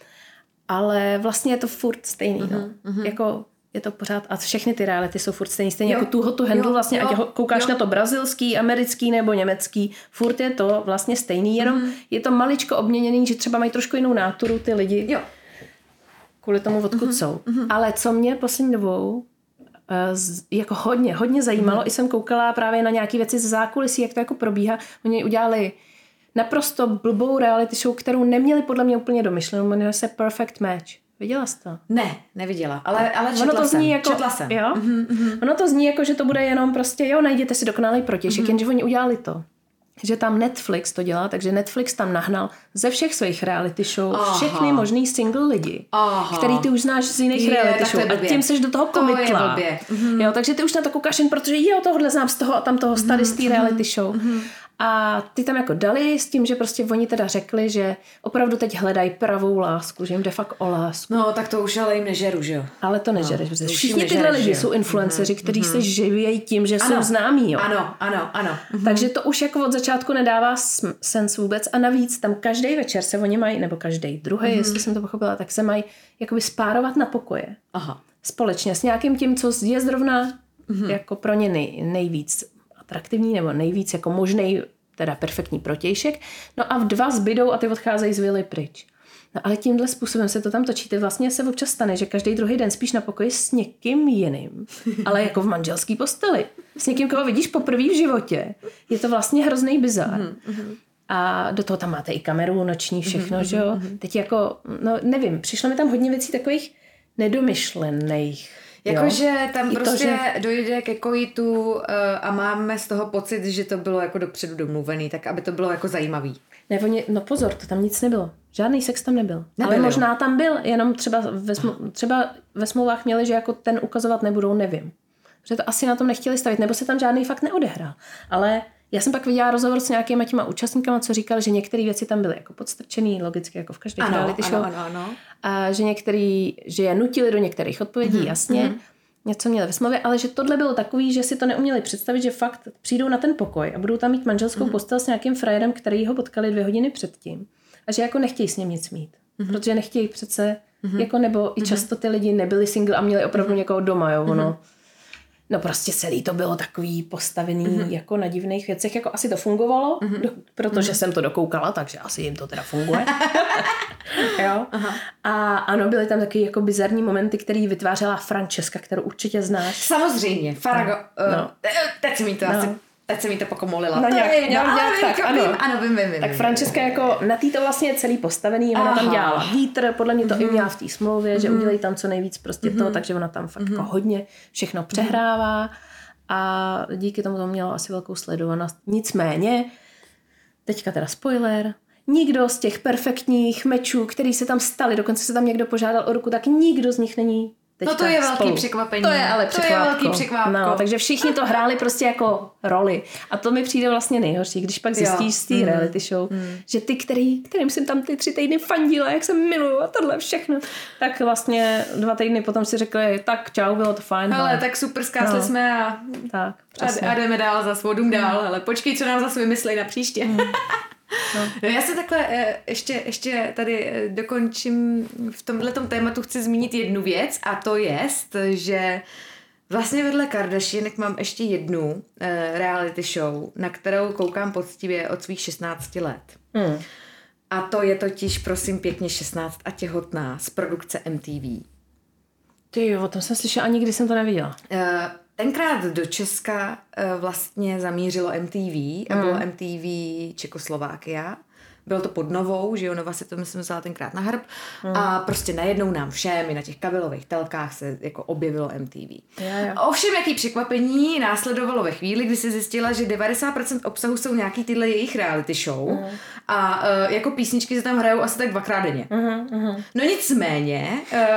Ale vlastně je to furt stejný, Jako je to pořád, a všechny ty reality jsou furt stejný jako tu handle vlastně, ať koukáš na to brazilský, americký nebo německý, furt je to vlastně stejný, jenom je to maličko obměněný, že třeba mají trošku jinou náturu ty lidi. Kvůli tomu, odkud jsou. Ale co mě poslední dobou jako hodně zajímalo, i jsem koukala právě na nějaké věci z zákulisí, jak to jako probíhá. Oni udělali naprosto blbou reality show, kterou neměli podle mě úplně domyšlenou, jmenuje se Perfect Match. Viděla jsi to? Ne, neviděla, ale četla jsem. Jo? Ono to zní jako, že to bude jenom prostě, najděte si dokonalý protějšek, jenže oni udělali to, že tam Netflix to dělá, takže Netflix tam nahnal ze všech svých reality show všechny možný single lidi, který ty už znáš z jiných reality show a tím seš do toho komitla. Jo, takže ty už na to koukáš jen protože tohle znám z toho a tam toho tady z té reality show. A ty tam jako dali s tím, že prostě oni teda řekli, že opravdu teď hledají pravou lásku, že jim jde fakt o lásku. No, tak to už ale jim nežeru, že jo? Ale to nežereš. Všichni tyhle lidi jsou influenceři, kteří se živějí tím, že jsou známí, jo? Ano. Takže to už jako od začátku nedává sens vůbec a navíc tam každý večer se oni mají, nebo každý druhý, jestli jsem to pochopila, tak se mají jakoby spárovat na pokoje. Společně s nějakým tím, co je zrovna jako pro ně nejvíc atraktivní nebo nejvíc jako možnej, teda perfektní protějšek. No a v 2 zbydou a ty odcházejí z vily pryč. No ale tímhle způsobem se to tam točí. Ty vlastně se občas stane, že každý druhý den spíš na pokoji s někým jiným, ale jako v manželský posteli. S někým, koho vidíš poprvé v životě. Je to vlastně hrozný bizár. A do toho tam máte i kameru, noční, všechno, že jo. Teď jako, no nevím, přišlo mi tam hodně věcí takových nedomyšlených. Jakože tam prostě dojde ke kojitu a máme z toho pocit, že to bylo jako dopředu domluvený, tak aby to bylo jako zajímavý. No pozor, to tam nic nebylo. Žádný sex tam nebyl. Ale možná tam byl, jenom třeba ve smlouvách měli, že jako ten ukazovat nebudou, nevím. Protože to asi na tom nechtěli stavit, nebo se tam žádný fakt neodehrál. Ale Já jsem pak viděla rozhovor s nějakýma těma účastníkama, co říkali, že některé věci tam byly jako podstrčený, logicky jako v každé reality show. Ano. A že že je nutili do některých odpovědí, jasně. Něco měli ve smlouvě, ale že tohle bylo takový, že si to neuměli představit, že fakt přijdou na ten pokoj a budou tam mít manželskou postel s nějakým frajerem, který ho potkali 2 hodiny předtím. A že jako nechtějí s ním nic mít. Protože nechtějí přece, jako nebo i často ty lidi nebyli single a měli opravdu někoho doma, jo, ono. No prostě celý to bylo takový postavený jako na divných věcech, jako asi to fungovalo, protože jsem to dokoukala, takže asi jim to teda funguje. Jo. A ano, byly tam taky jako bizarní momenty, který vytvářela Francesca, kterou určitě znáš. Samozřejmě, Farago. Teď se mi to pokomolila. No, nějak tak, ano. Vím. Tak Francesca jako na tý to vlastně je celý postavený, ona tam dělala vítr, podle mě to i měla v té smlouvě, že udělají tam co nejvíc prostě to, takže ona tam fakt jako hodně všechno přehrává a díky tomu to mělo asi velkou sledovanost. Nicméně, teďka teda spoiler, nikdo z těch perfektních mečů, který se tam stali, dokonce se tam někdo požádal o ruku, tak nikdo z nich není no to je velký překvapení. To je ale velký překvápko. No, takže všichni to hráli prostě jako roli. A to mi přijde vlastně nejhorší, když pak zjistíš z té reality show, že ty, kterým jsem tam ty 3 týdny fandila, jak se miluju a tohle všechno, tak vlastně 2 týdny potom si řekli, tak čau, bylo to fajn. Ale tak super, zkásli jsme a jdeme dál za svou dům dál. Ale počkej, co nám zase vymyslej na příště. No, já se takhle ještě tady dokončím v tomhletom tématu, chci zmínit jednu věc a to jest, že vlastně vedle Kardashianek mám ještě jednu reality show, na kterou koukám poctivě od svých 16 let. A to je totiž, prosím pěkně, 16 a těhotná z produkce MTV. Ty jo, o tom jsem slyšela a nikdy jsem to neviděla. Tenkrát do Česka vlastně zamířilo MTV a bylo MTV Čekoslovákia. Bylo to pod Novou, že jo, Nova si to myslím vzala tenkrát na hrb a prostě najednou nám všem i na těch kabelových telkách se jako objevilo MTV. Ovšem jaký překvapení následovalo ve chvíli, kdy si zjistila, že 90% obsahu jsou nějaký tyhle jejich reality show a jako písničky se tam hrajou asi tak 2krát denně. No nicméně,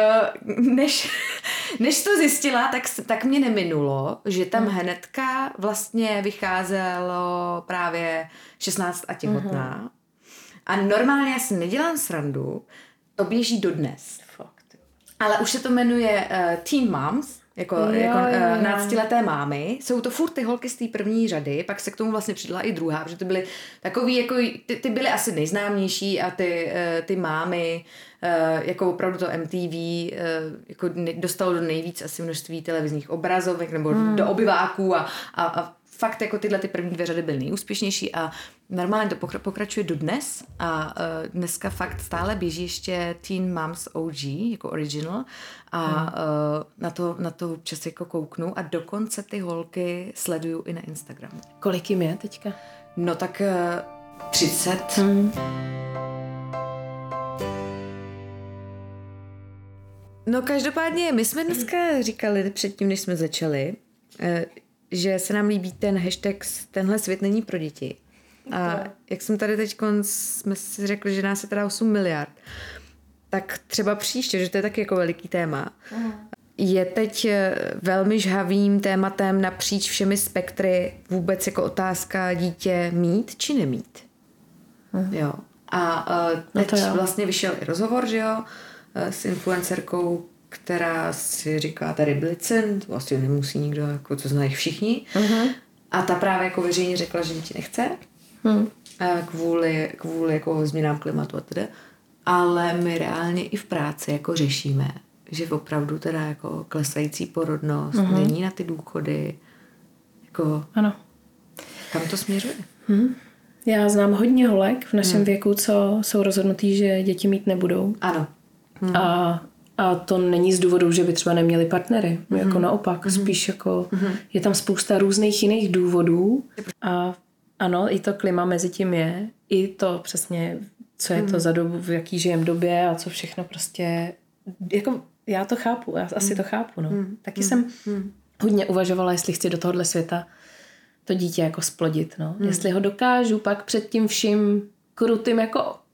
než to zjistila, tak mě neminulo, že tam hnedka vlastně vycházelo právě 16 a těhotná. A normálně já si nedělám srandu, to běží dodnes. Fakt. Ale už se to jmenuje Teen Moms, jako 12leté mámy. Jsou to furt ty holky z té první řady, pak se k tomu vlastně přidala i druhá, protože ty byly takový, jako, ty byly asi nejznámější a ty mámy, jako opravdu to MTV jako dostalo do nejvíc asi množství televizních obrazovek nebo do obyváků a fakt jako tyhle ty první 2 řady byly nejúspěšnější a normálně to pokračuje dodnes a dneska fakt stále běží ještě Teen Moms OG, jako original a na to občas jako kouknu a dokonce ty holky sleduju i na Instagramu. Kolik jim je teďka? No tak 30. No každopádně, my jsme dneska říkali předtím, než jsme začali, že se nám líbí ten hashtag tenhle svět není pro děti. A jak jsem tady teď jsme si řekli, že nás je teda 8 miliard, tak třeba příště, že to je taky jako veliký téma, je teď velmi žhavým tématem napříč všemi spektry vůbec jako otázka dítě mít či nemít. Jo. A teď vlastně vyšel i rozhovor, že jo, s influencerkou, která si říká tady Blitzen, to vlastně nemusí nikdo, jako to znají všichni. A ta právě jako veřejně řekla, že dítě nechce, kvůli jako změnám klimatu a teda. Ale my reálně i v práci jako řešíme, že opravdu teda jako klesající porodnost, není na ty důchody, jako ano. Kam to směřuje? Já znám hodně holek v našem věku, co jsou rozhodnutý, že děti mít nebudou. Ano. A to není z důvodu, že by třeba neměli partnery. Jako naopak, spíš jako je tam spousta různých jiných důvodů. A ano, i to klima mezi tím je. I to přesně, co je to za dobu, v jaký žijem době a co všechno prostě... Jako já to chápu, já asi to chápu. No. Taky jsem hodně uvažovala, jestli chci do tohohle světa to dítě jako splodit. No. Jestli ho dokážu pak před tím vším krutým jako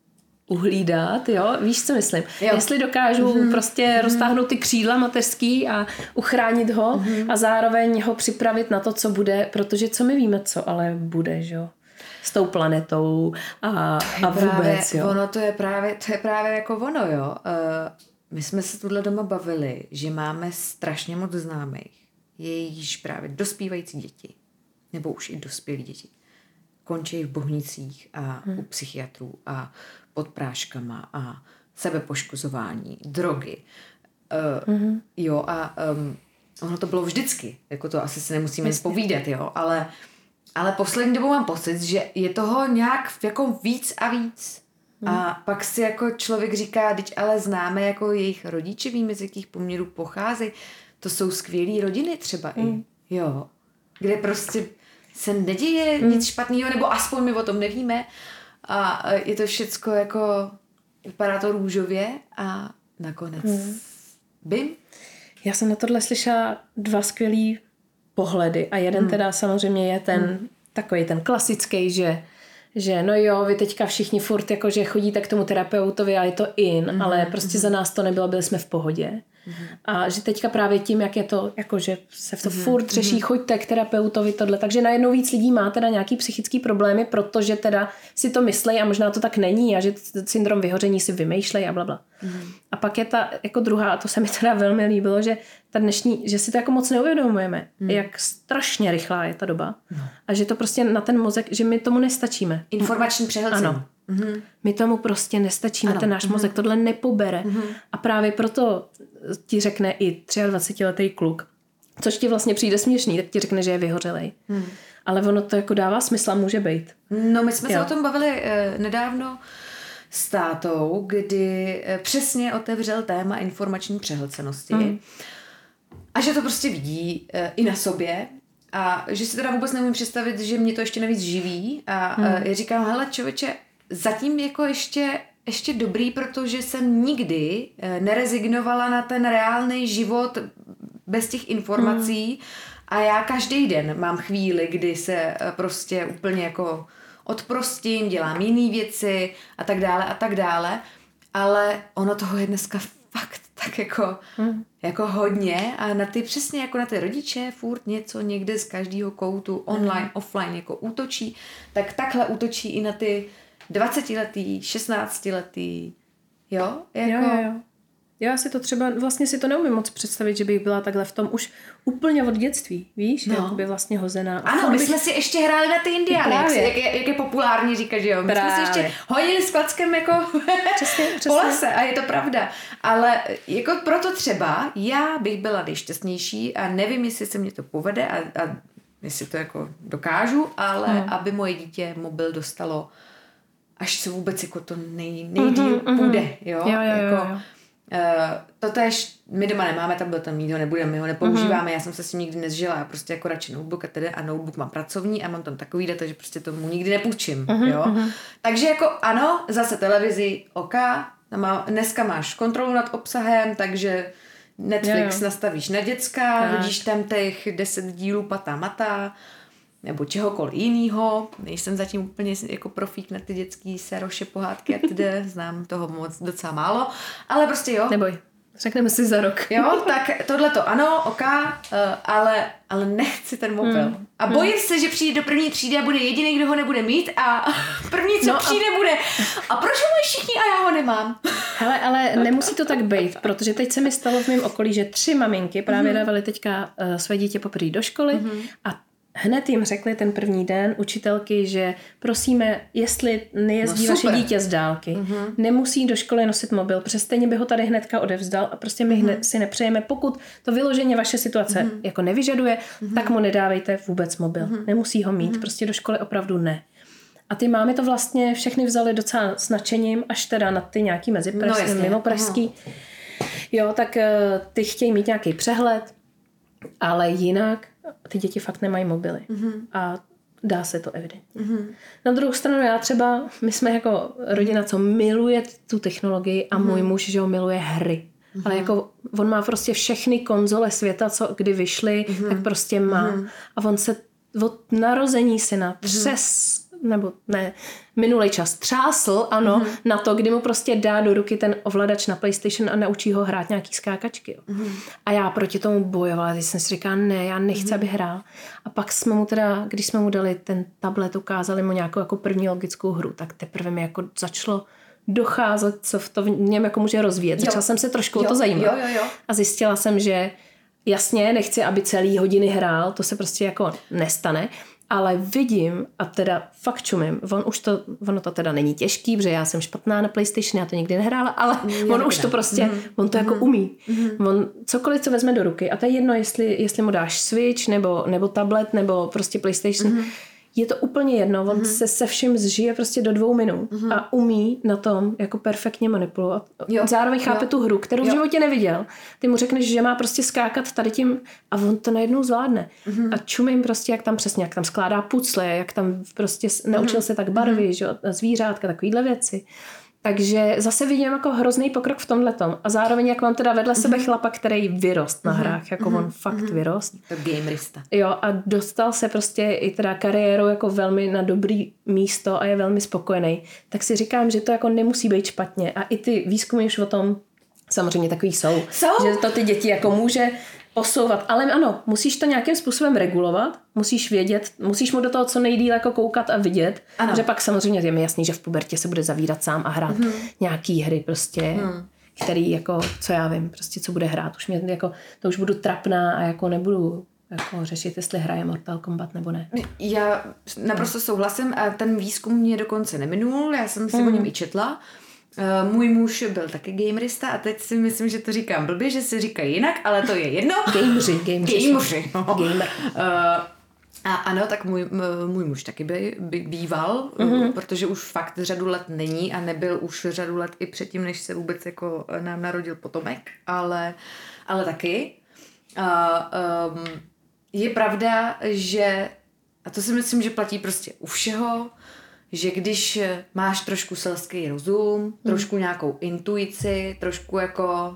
uhlídat, jo, víš, co myslím. Jo. Jestli dokážu prostě roztáhnout ty křídla mateřský a uchránit ho a zároveň ho připravit na to, co bude, protože co my víme, co ale bude, že jo, s tou planetou a vůbec, jo. Ono to je právě jako ono, jo. My jsme se tuhle doma bavili, že máme strašně moc známých, jejíž právě dospívající děti, nebo už i dospělí děti, končí v Bohnicích a u psychiatrů a pod práškama a sebepoškozování, drogy. Jo, a ono to bylo vždycky, jako to asi si nemusíme nic povídat, jo, ale poslední dobou mám pocit, že je toho nějak jako víc a víc. A pak si jako člověk říká, teď ale známe jako jejich rodiče, víme, z jakých poměrů pochází. To jsou skvělý rodiny třeba i, jo, kde prostě se neděje nic špatného, nebo aspoň my o tom nevíme a je to všecko jako, vypadá to růžově a nakonec bim. Já jsem na tohle slyšela 2 skvělý pohledy a jeden teda samozřejmě je ten takový ten klasický, že no jo, vy teďka všichni furt jakože chodíte k tomu terapeutovi a je to ale prostě za nás to nebylo, byli jsme v pohodě. A že teďka právě tím, jak je to, jakože se v to furt řeší, choďte k terapeutovi, tohle. Takže najednou víc lidí má teda nějaký psychický problémy, protože teda si to myslej a možná to tak není a že syndrom vyhoření si vymýšlej a blabla. A pak je ta jako druhá, a to se mi teda velmi líbilo, že ta dnešní, že si to jako moc neuvědomujeme, jak strašně rychlá je ta doba a že to prostě na ten mozek, že my tomu nestačíme. Informační přehlcení. Ano. My tomu prostě nestačíme, ten náš mozek tohle nepobere. A právě proto ti řekne i 23letý kluk, což ti vlastně přijde směšný, tak ti řekne, že je vyhořelej. Ale ono to jako dává smysl a může být. No my jsme se o tom bavili nedávno s tátou, kdy přesně otevřel téma informační přehlcenosti a že to prostě vidí i na sobě a že si teda vůbec nemůžu představit, že mě to ještě navíc živí a já říkám, hele člověče, zatím jako ještě dobrý, protože jsem nikdy nerezignovala na ten reálný život bez těch informací a já každý den mám chvíli, kdy se prostě úplně jako odprostím, dělám jiné věci a tak dále, ale ono toho je dneska fakt tak jako hodně a na ty přesně jako na ty rodiče furt něco někde z každého koutu online, offline jako útočí, tak takhle útočí i na ty 20letý, 16letý, jo? Jako... Jo. Já si to třeba, vlastně si to neumím moc představit, že bych byla takhle v tom už úplně od dětství, víš? No. Jakoby vlastně hozená. Ano, my jsme si ještě hráli na ty indiány, jak je populární říkat, že jo? My jsme si ještě hodili s klackem jako přesně. Po lese a je to pravda. Ale jako proto třeba já bych byla nejšťastnější a nevím, jestli se mě to povede a jestli to jako dokážu, ale aby moje dítě mobil dostalo až se vůbec jako to nejdýl půjde, jo? Jo. To tež my doma nemáme, tam mít ho nebudeme, my ho nepoužíváme, já jsem se s tím nikdy nezžila, já prostě jako radši notebook a notebook mám pracovní a mám tam takový data, že prostě tomu nikdy nepůjčím, jo. Takže jako ano, zase televizi, dneska máš kontrolu nad obsahem, takže Netflix nastavíš na děcka, hodíš tam těch 10 dílů patá matá, nebo čehokoliv jinýho. Nejsem zatím úplně jako profík na ty dětský séroše, pohádky a tedy, znám toho moc docela málo, ale prostě jo. Neboj, řekneme si za rok. Jo, tak tohleto ano, ale nechci ten mobil. A bojím se, že přijde do první třídy a bude jediný, kdo ho nebude mít a první, co přijde, bude. A proč ho mají všichni a já ho nemám? Hele, ale nemusí to tak být, protože teď se mi stalo v mém okolí, že 3 maminky právě dávaly teďka své dítě poprvé do školy a hned jim řekli ten první den učitelky, že prosíme, jestli nejezdí vaše dítě z dálky, nemusí do školy nosit mobil, protože stejně by ho tady hnedka odevzdal a prostě my si nepřejeme, pokud to vyloženě vaše situace jako nevyžaduje, tak mu nedávejte vůbec mobil. Nemusí ho mít, prostě do školy opravdu ne. A ty mámy to vlastně všechny vzali docela s nadšením, až teda na ty nějaký mezipražský, mimopražský. Jo, tak ty chtějí mít nějaký přehled, ale jinak ty děti fakt nemají mobily. A dá se to evidentně. Na druhou stranu my jsme jako rodina, co miluje tu technologii a můj muž, že ho miluje hry. Ale jako on má prostě všechny konzole světa, co kdy vyšly, tak prostě má. A on se od narození syna nebo ne, minulý čas třásl, ano, na to, kdy mu prostě dá do ruky ten ovladač na PlayStation a naučí ho hrát nějaký skákačky. Jo. A já proti tomu bojovala, když jsem si říkala, ne, já nechci, aby hrál. A pak jsme mu teda, když jsme mu dali ten tablet, ukázali mu nějakou jako první logickou hru, tak teprve mi jako začalo docházet, co v to v něm jako může rozvíjet. Začala jsem se trošku o to zajímat. Jo. A zjistila jsem, že jasně, nechci, aby celý hodiny hrál, to se prostě jako nestane, ale vidím a teda fakt čumím, ono to teda není těžký, protože já jsem špatná na PlayStation, já to nikdy nehrála, ale on už to prostě, on to jako umí. On cokoliv, co vezme do ruky a to je jedno, jestli mu dáš Switch nebo tablet nebo prostě PlayStation, je to úplně jedno, on se vším zžije prostě do 2 minut a umí na tom jako perfektně manipulovat. Zároveň chápe tu hru, kterou v životě neviděl. Ty mu řekneš, že má prostě skákat tady tím a on to najednou zvládne. A čumím prostě, jak tam skládá pucle, jak tam prostě naučil se tak barvy, že, zvířátka, takovýhle věci. Takže zase vidím jako hrozný pokrok v tomhletom. A zároveň, jak mám teda vedle sebe chlapa, který vyrost na hrách, jako on fakt vyrost. To gamerista. Jo, a dostal se prostě i teda kariérou jako velmi na dobrý místo a je velmi spokojený. Tak si říkám, že to jako nemusí být špatně. A i ty výzkumy už o tom samozřejmě takový jsou. Že to ty děti jako může posouvat. Ale ano, musíš to nějakým způsobem regulovat, musíš vědět, musíš mu do toho co nejdýle jako koukat a vidět, že pak samozřejmě je mi jasný, že v pubertě se bude zavírat sám a hrát nějaký hry prostě, který jako, co já vím, prostě co bude hrát. Už mě jako, to už budu trapná a jako nebudu jako řešit, jestli hraje Mortal Kombat nebo ne. Já naprosto souhlasím a ten výzkum mě dokonce neminul, já jsem si o něm i četla. Můj muž byl taky gamerista a teď si myslím, že to říkám blbě, že se říká jinak, ale to je jedno. Gameři. Gamer. A ano, tak můj muž taky býval, protože už fakt řadu let není a nebyl už řadu let i předtím, než se vůbec jako nám narodil potomek, ale taky. Je pravda, že, a to si myslím, že platí prostě u všeho, že když máš trošku selský rozum, trošku nějakou intuici, trošku jako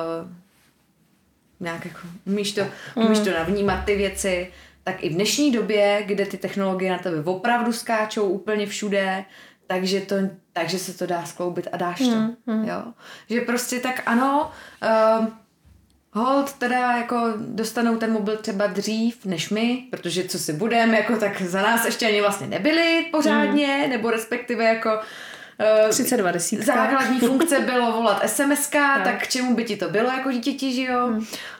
nějak jako umíš to navnímat ty věci, tak i v dnešní době, kde ty technologie na tebe opravdu skáčou úplně všude, takže se to dá skloubit a dáš to. Jo? Že prostě tak ano, hold teda jako dostanou ten mobil třeba dřív než my, protože co si budeme, jako tak za nás ještě ani vlastně nebyli pořádně, nebo respektive jako 3210. Základní funkce bylo volat SMS-ka, tak k čemu by ti to bylo jako dítěti, že jo?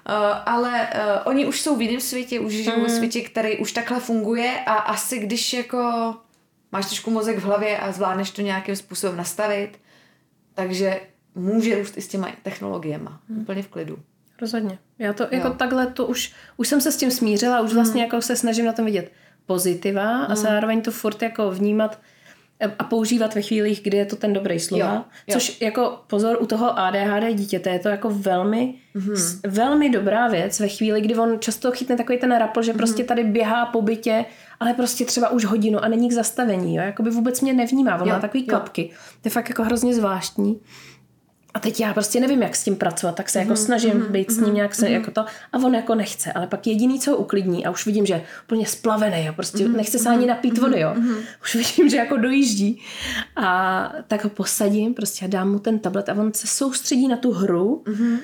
Ale oni už jsou v jiném světě, už žijou ve světě, který už takhle funguje a asi když jako máš trošku mozek v hlavě a zvládneš to nějakým způsobem nastavit, takže může růst i s těma technologiema. Úplně v klidu. Rozhodně. Já to jako takhle to už jsem se s tím smířila, už vlastně jako se snažím na tom vidět pozitiva a zároveň to furt jako vnímat a používat ve chvílích, kdy je to ten dobrý slova. Což jako pozor, u toho ADHD dítěte je to jako velmi, velmi dobrá věc ve chvíli, kdy on často chytne takový ten rapl, že prostě tady běhá po bytě, ale prostě třeba už hodinu a není k zastavení. Jo? Jakoby vůbec mě nevnímá, on má takový klapky. To je fakt jako hrozně zvláštní. A teď já prostě nevím, jak s tím pracovat, tak se jako snažím být s ním nějak se jako to a on jako nechce, ale pak jediný, co ho uklidní a už vidím, že úplně splavený, jo, prostě nechce se ani napít vody, jo. Už vidím, že jako dojíždí a tak ho posadím prostě a dám mu ten tablet a on se soustředí na tu hru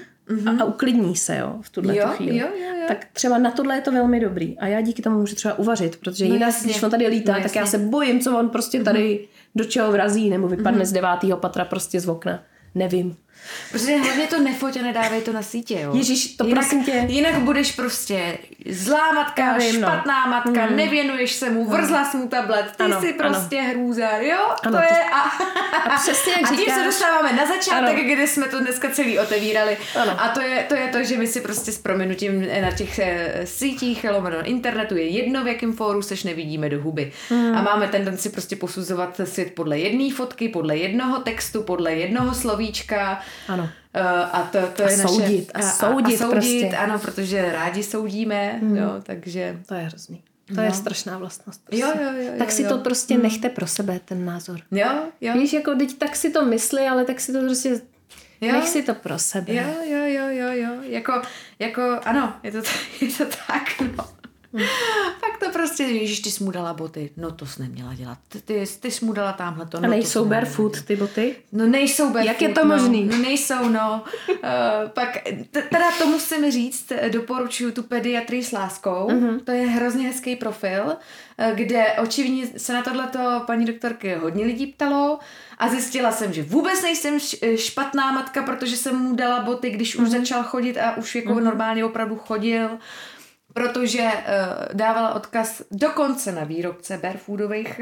a uklidní se, jo, v tuhle chvíli. Jo. Tak třeba na tohle je to velmi dobrý a já díky tomu můžu třeba uvařit, protože jinak, když on tady lítá, tak já se bojím, co on prostě tady do čeho vrazí nebo vypadne z 9. patra prostě z okna. Nevím. Protože hlavně to nefoť a nedávej to na sítě, jo. Ježíš, to prosím tě. Jinak budeš prostě zlá matka, špatná matka, nevěnuješ se mu, vrzla jsi mu tablet, ty jsi prostě hrůza, jo? Ano, to je a přesně jak a tím říkáš, se dostáváme na začátek, kde jsme to dneska celý otevírali. Ano. A to je to, že my si prostě s prominutím na těch sítích, lomeno internetu je jedno, v jakém fóru seš, nevidíme do huby. A máme tendenci prostě posuzovat svět podle jedné fotky, podle jednoho textu, podle jednoho slovíčka. Ano. A to je soudit, naše... A soudit prostě. Ano, protože rádi soudíme, jo, takže... To je hrozný. To je strašná vlastnost. Prostě. Jo, tak si to prostě nechte pro sebe, ten názor. Jo. Víš, jako teď tak si to myslí, ale tak si to prostě... Nech si to pro sebe. Jo. Jako ano, je to tak, no. Pak to prostě, ježiš, ty jsi mu dala boty. No to jsi neměla dělat. Ty jsi mu dala tamhleto. A nejsou barefoot ty boty? No nejsou barefoot. Jak je to možný? No nejsou, no. Pak, teda to musím říct, doporučuju tu pediatrii s láskou. To je hrozně hezký profil, kde očividně se na tohleto paní doktorky hodně lidí ptalo a zjistila jsem, že vůbec nejsem špatná matka, protože jsem mu dala boty, když už začal chodit a už jako normálně opravdu chodil, protože dávala odkaz dokonce na výrobce barefoodových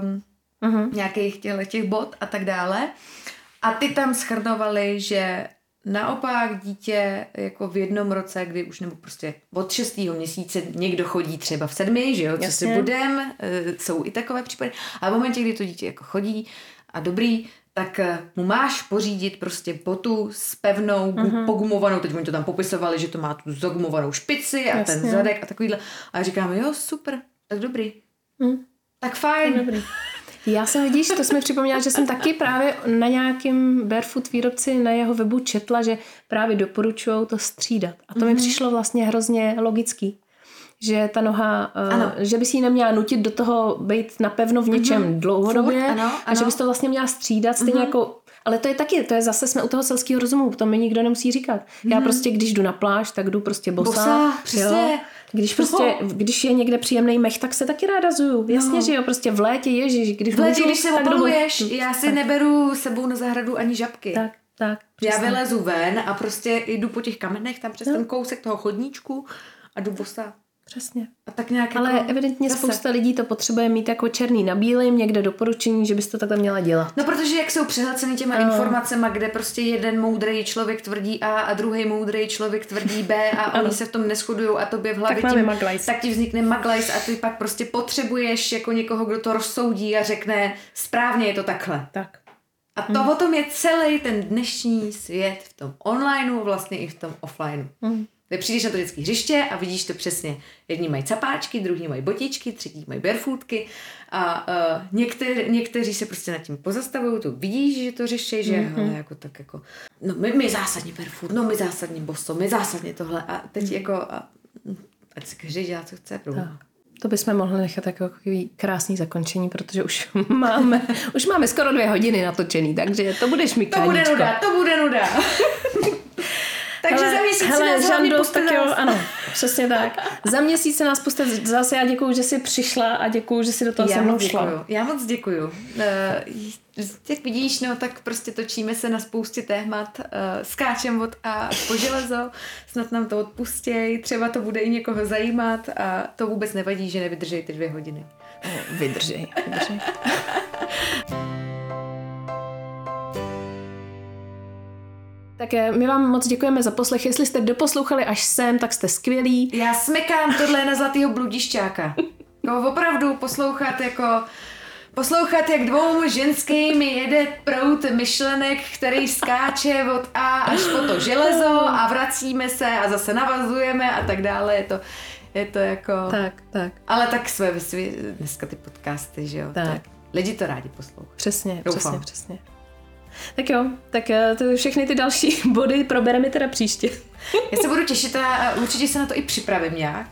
nějakých těch bot a tak dále. A ty tam shrnovali, že naopak dítě jako v 1 roce, kdy už nebo prostě od 6. měsíce někdo chodí třeba v 7, že jo, co si budem, jsou i takové případy. A v momentě, kdy to dítě jako chodí a dobrý, tak mu máš pořídit prostě botu s pevnou, pogumovanou, teď oni to tam popisovali, že to má tu zagumovanou špici a ten zadek a takovýhle. A říkám, jo, super, tak dobrý. Tak fajn. Dobrý. Já jsem, vidíš, to jsme připomněla, že jsem taky právě na nějakém barefoot výrobci na jeho webu četla, že právě doporučujou to střídat. A to mi přišlo vlastně hrozně logický. Že ta noha, že bys ji neměla nutit do toho být napevno v něčem dlouhodobě. Ano. A že bys to vlastně měla střídat stejně jako... Ale to je taky, to je zase jsme u toho selského rozumu, to mi nikdo nemusí říkat. Já prostě, když jdu na pláž, tak jdu prostě bosá. Přesně. Když je někde příjemný mech, tak se taky ráda zuju. Jasně, že jo, prostě v létě, ježiš, když se opaluješ, já si neberu sebou na zahradu ani žabky. Tak. Já vylezu ven a prostě jdu po těch kamenech tam přes ten kousek toho chodníčku a jdu bosá. Přesně. A tak nějak ale jako evidentně spousta lidí to potřebuje mít jako černý na bílým, někde doporučení, že bys to takhle měla dělat. No protože jak jsou přehlcený těma informacema, kde prostě jeden moudrý člověk tvrdí A a druhý moudrý člověk tvrdí B a oni se v tom neshodujou a tobě v hlavě tak ti vznikne maglajs a ty pak prostě potřebuješ jako někoho, kdo to rozsoudí a řekne správně je to takhle. Tak. A to o tom je celý ten dnešní svět v tom onlineu, vlastně i v tom offlineu. Ty přijdeš na to dětské hřiště a vidíš to přesně. Jedni mají capáčky, druhý mají botičky, třetí mají barefootky a někteří se prostě nad tím pozastavují, to vidíš, že to řeší, že hele, jako tak jako, no my zásadně barefoot, no my zásadně boso, my zásadně tohle a teď jako, ať si každý dělá, co chce. To bychom mohli nechat jako krásný zakončení, protože už máme skoro 2 hodiny natočený, takže to budeš mít káničko. To bude nuda. Takže za měsíc se nás hlavně puste zase. Ano, přesně tak. Za měsíc se nás puste zase. Já děkuju, že jsi přišla a děkuju, že jsi do toho se mnou šla. Já moc děkuju. Jak vidíš, no tak prostě točíme se na spoustě témat, skáčem od A až po železo, snad nám to odpustěj, třeba to bude i někoho zajímat a to vůbec nevadí, že nevydržej ty 2 hodiny. Vydržej. Tak my vám moc děkujeme za poslech. Jestli jste doposlouchali až sem, tak jste skvělí. Já smekám, tohle je na zlatýho bludišťáka. Opravdu poslouchat, jak 2 ženským jede proud myšlenek, který skáče od A až po to železo a vracíme se a zase navazujeme a tak dále. Je to jako... Tak. Ale tak jsme dneska ty podcasty, že jo? Tak. Lidi to rádi poslouchají. Přesně. Tak jo, tak všechny ty další body probereme teda příště. Já se budu těšit a určitě se na to i připravím nějak.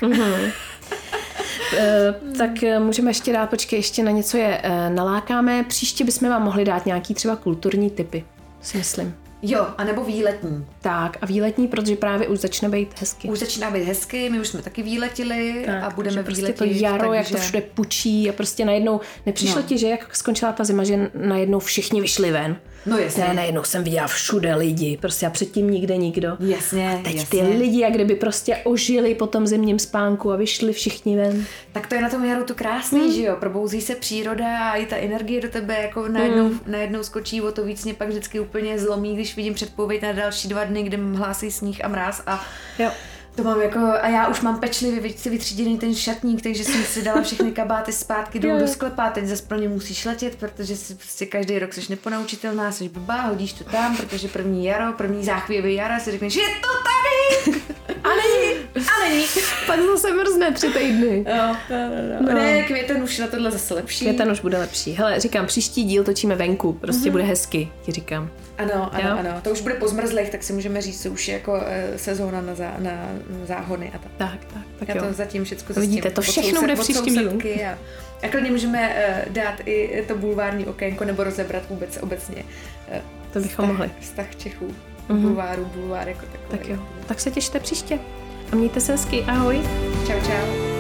Tak můžeme ještě dát, ještě na něco je nalákáme. Příště bychom vám mohli dát nějaký třeba kulturní tipy, si myslím. Jo, anebo výletní. Tak a výletní, protože právě už začne být hezky. Už začíná být hezky, my už jsme taky výletili tak, a budeme prostě výletit. To jaro, jak to všude pučí a prostě najednou, nepřišlo ti, že jak skončila ta zima, že najednou všichni vyšli ven? No jasně. Ne, najednou jsem viděla všude lidi, prostě a předtím nikde nikdo. Jasně, a teď ty lidi, jak kdyby prostě ožili po tom zimním spánku a vyšli všichni ven. Tak to je na tom jaru to krásný, že jo? Probouzí se příroda a i ta energie do tebe jako najednou skočí, o to víc mě pak vždycky úplně zlomí, když vidím předpověď na další 2 dny, kde hlásí sníh a mráz a jo. To mám jako, a já už mám pečlivě si vytříděný ten šatník, takže jsem si dala všechny kabáty zpátky do sklepa, teď zase pro ně musíš letět, protože si prostě každý rok seš neponaučitelná, seš blbá, hodíš to tam, protože první záchvěvy jara si řekneš, je to tady! A není! A není. Pak zase mrzne 3 týdny. No. Ne, květen už na tohle zase lepší. Květen už bude lepší. Hele, říkám, příští díl točíme venku, prostě bude hezky, ti říkám. Ano. To už bude po zmrzlech, tak si můžeme říct, že už je jako sezóna na záhony a tak. Tak já jo. to zatím všecko zjistím. Vidíte, to všechno bude v příštím dílu. A klidně můžeme dát i to bulvární okénko nebo rozebrat vůbec obecně. To bychom mohli. Vztah Čechů. Bulvár jako takový. Tak jo. Tak se těšte příště. A mějte se hezky. Ahoj. Čau.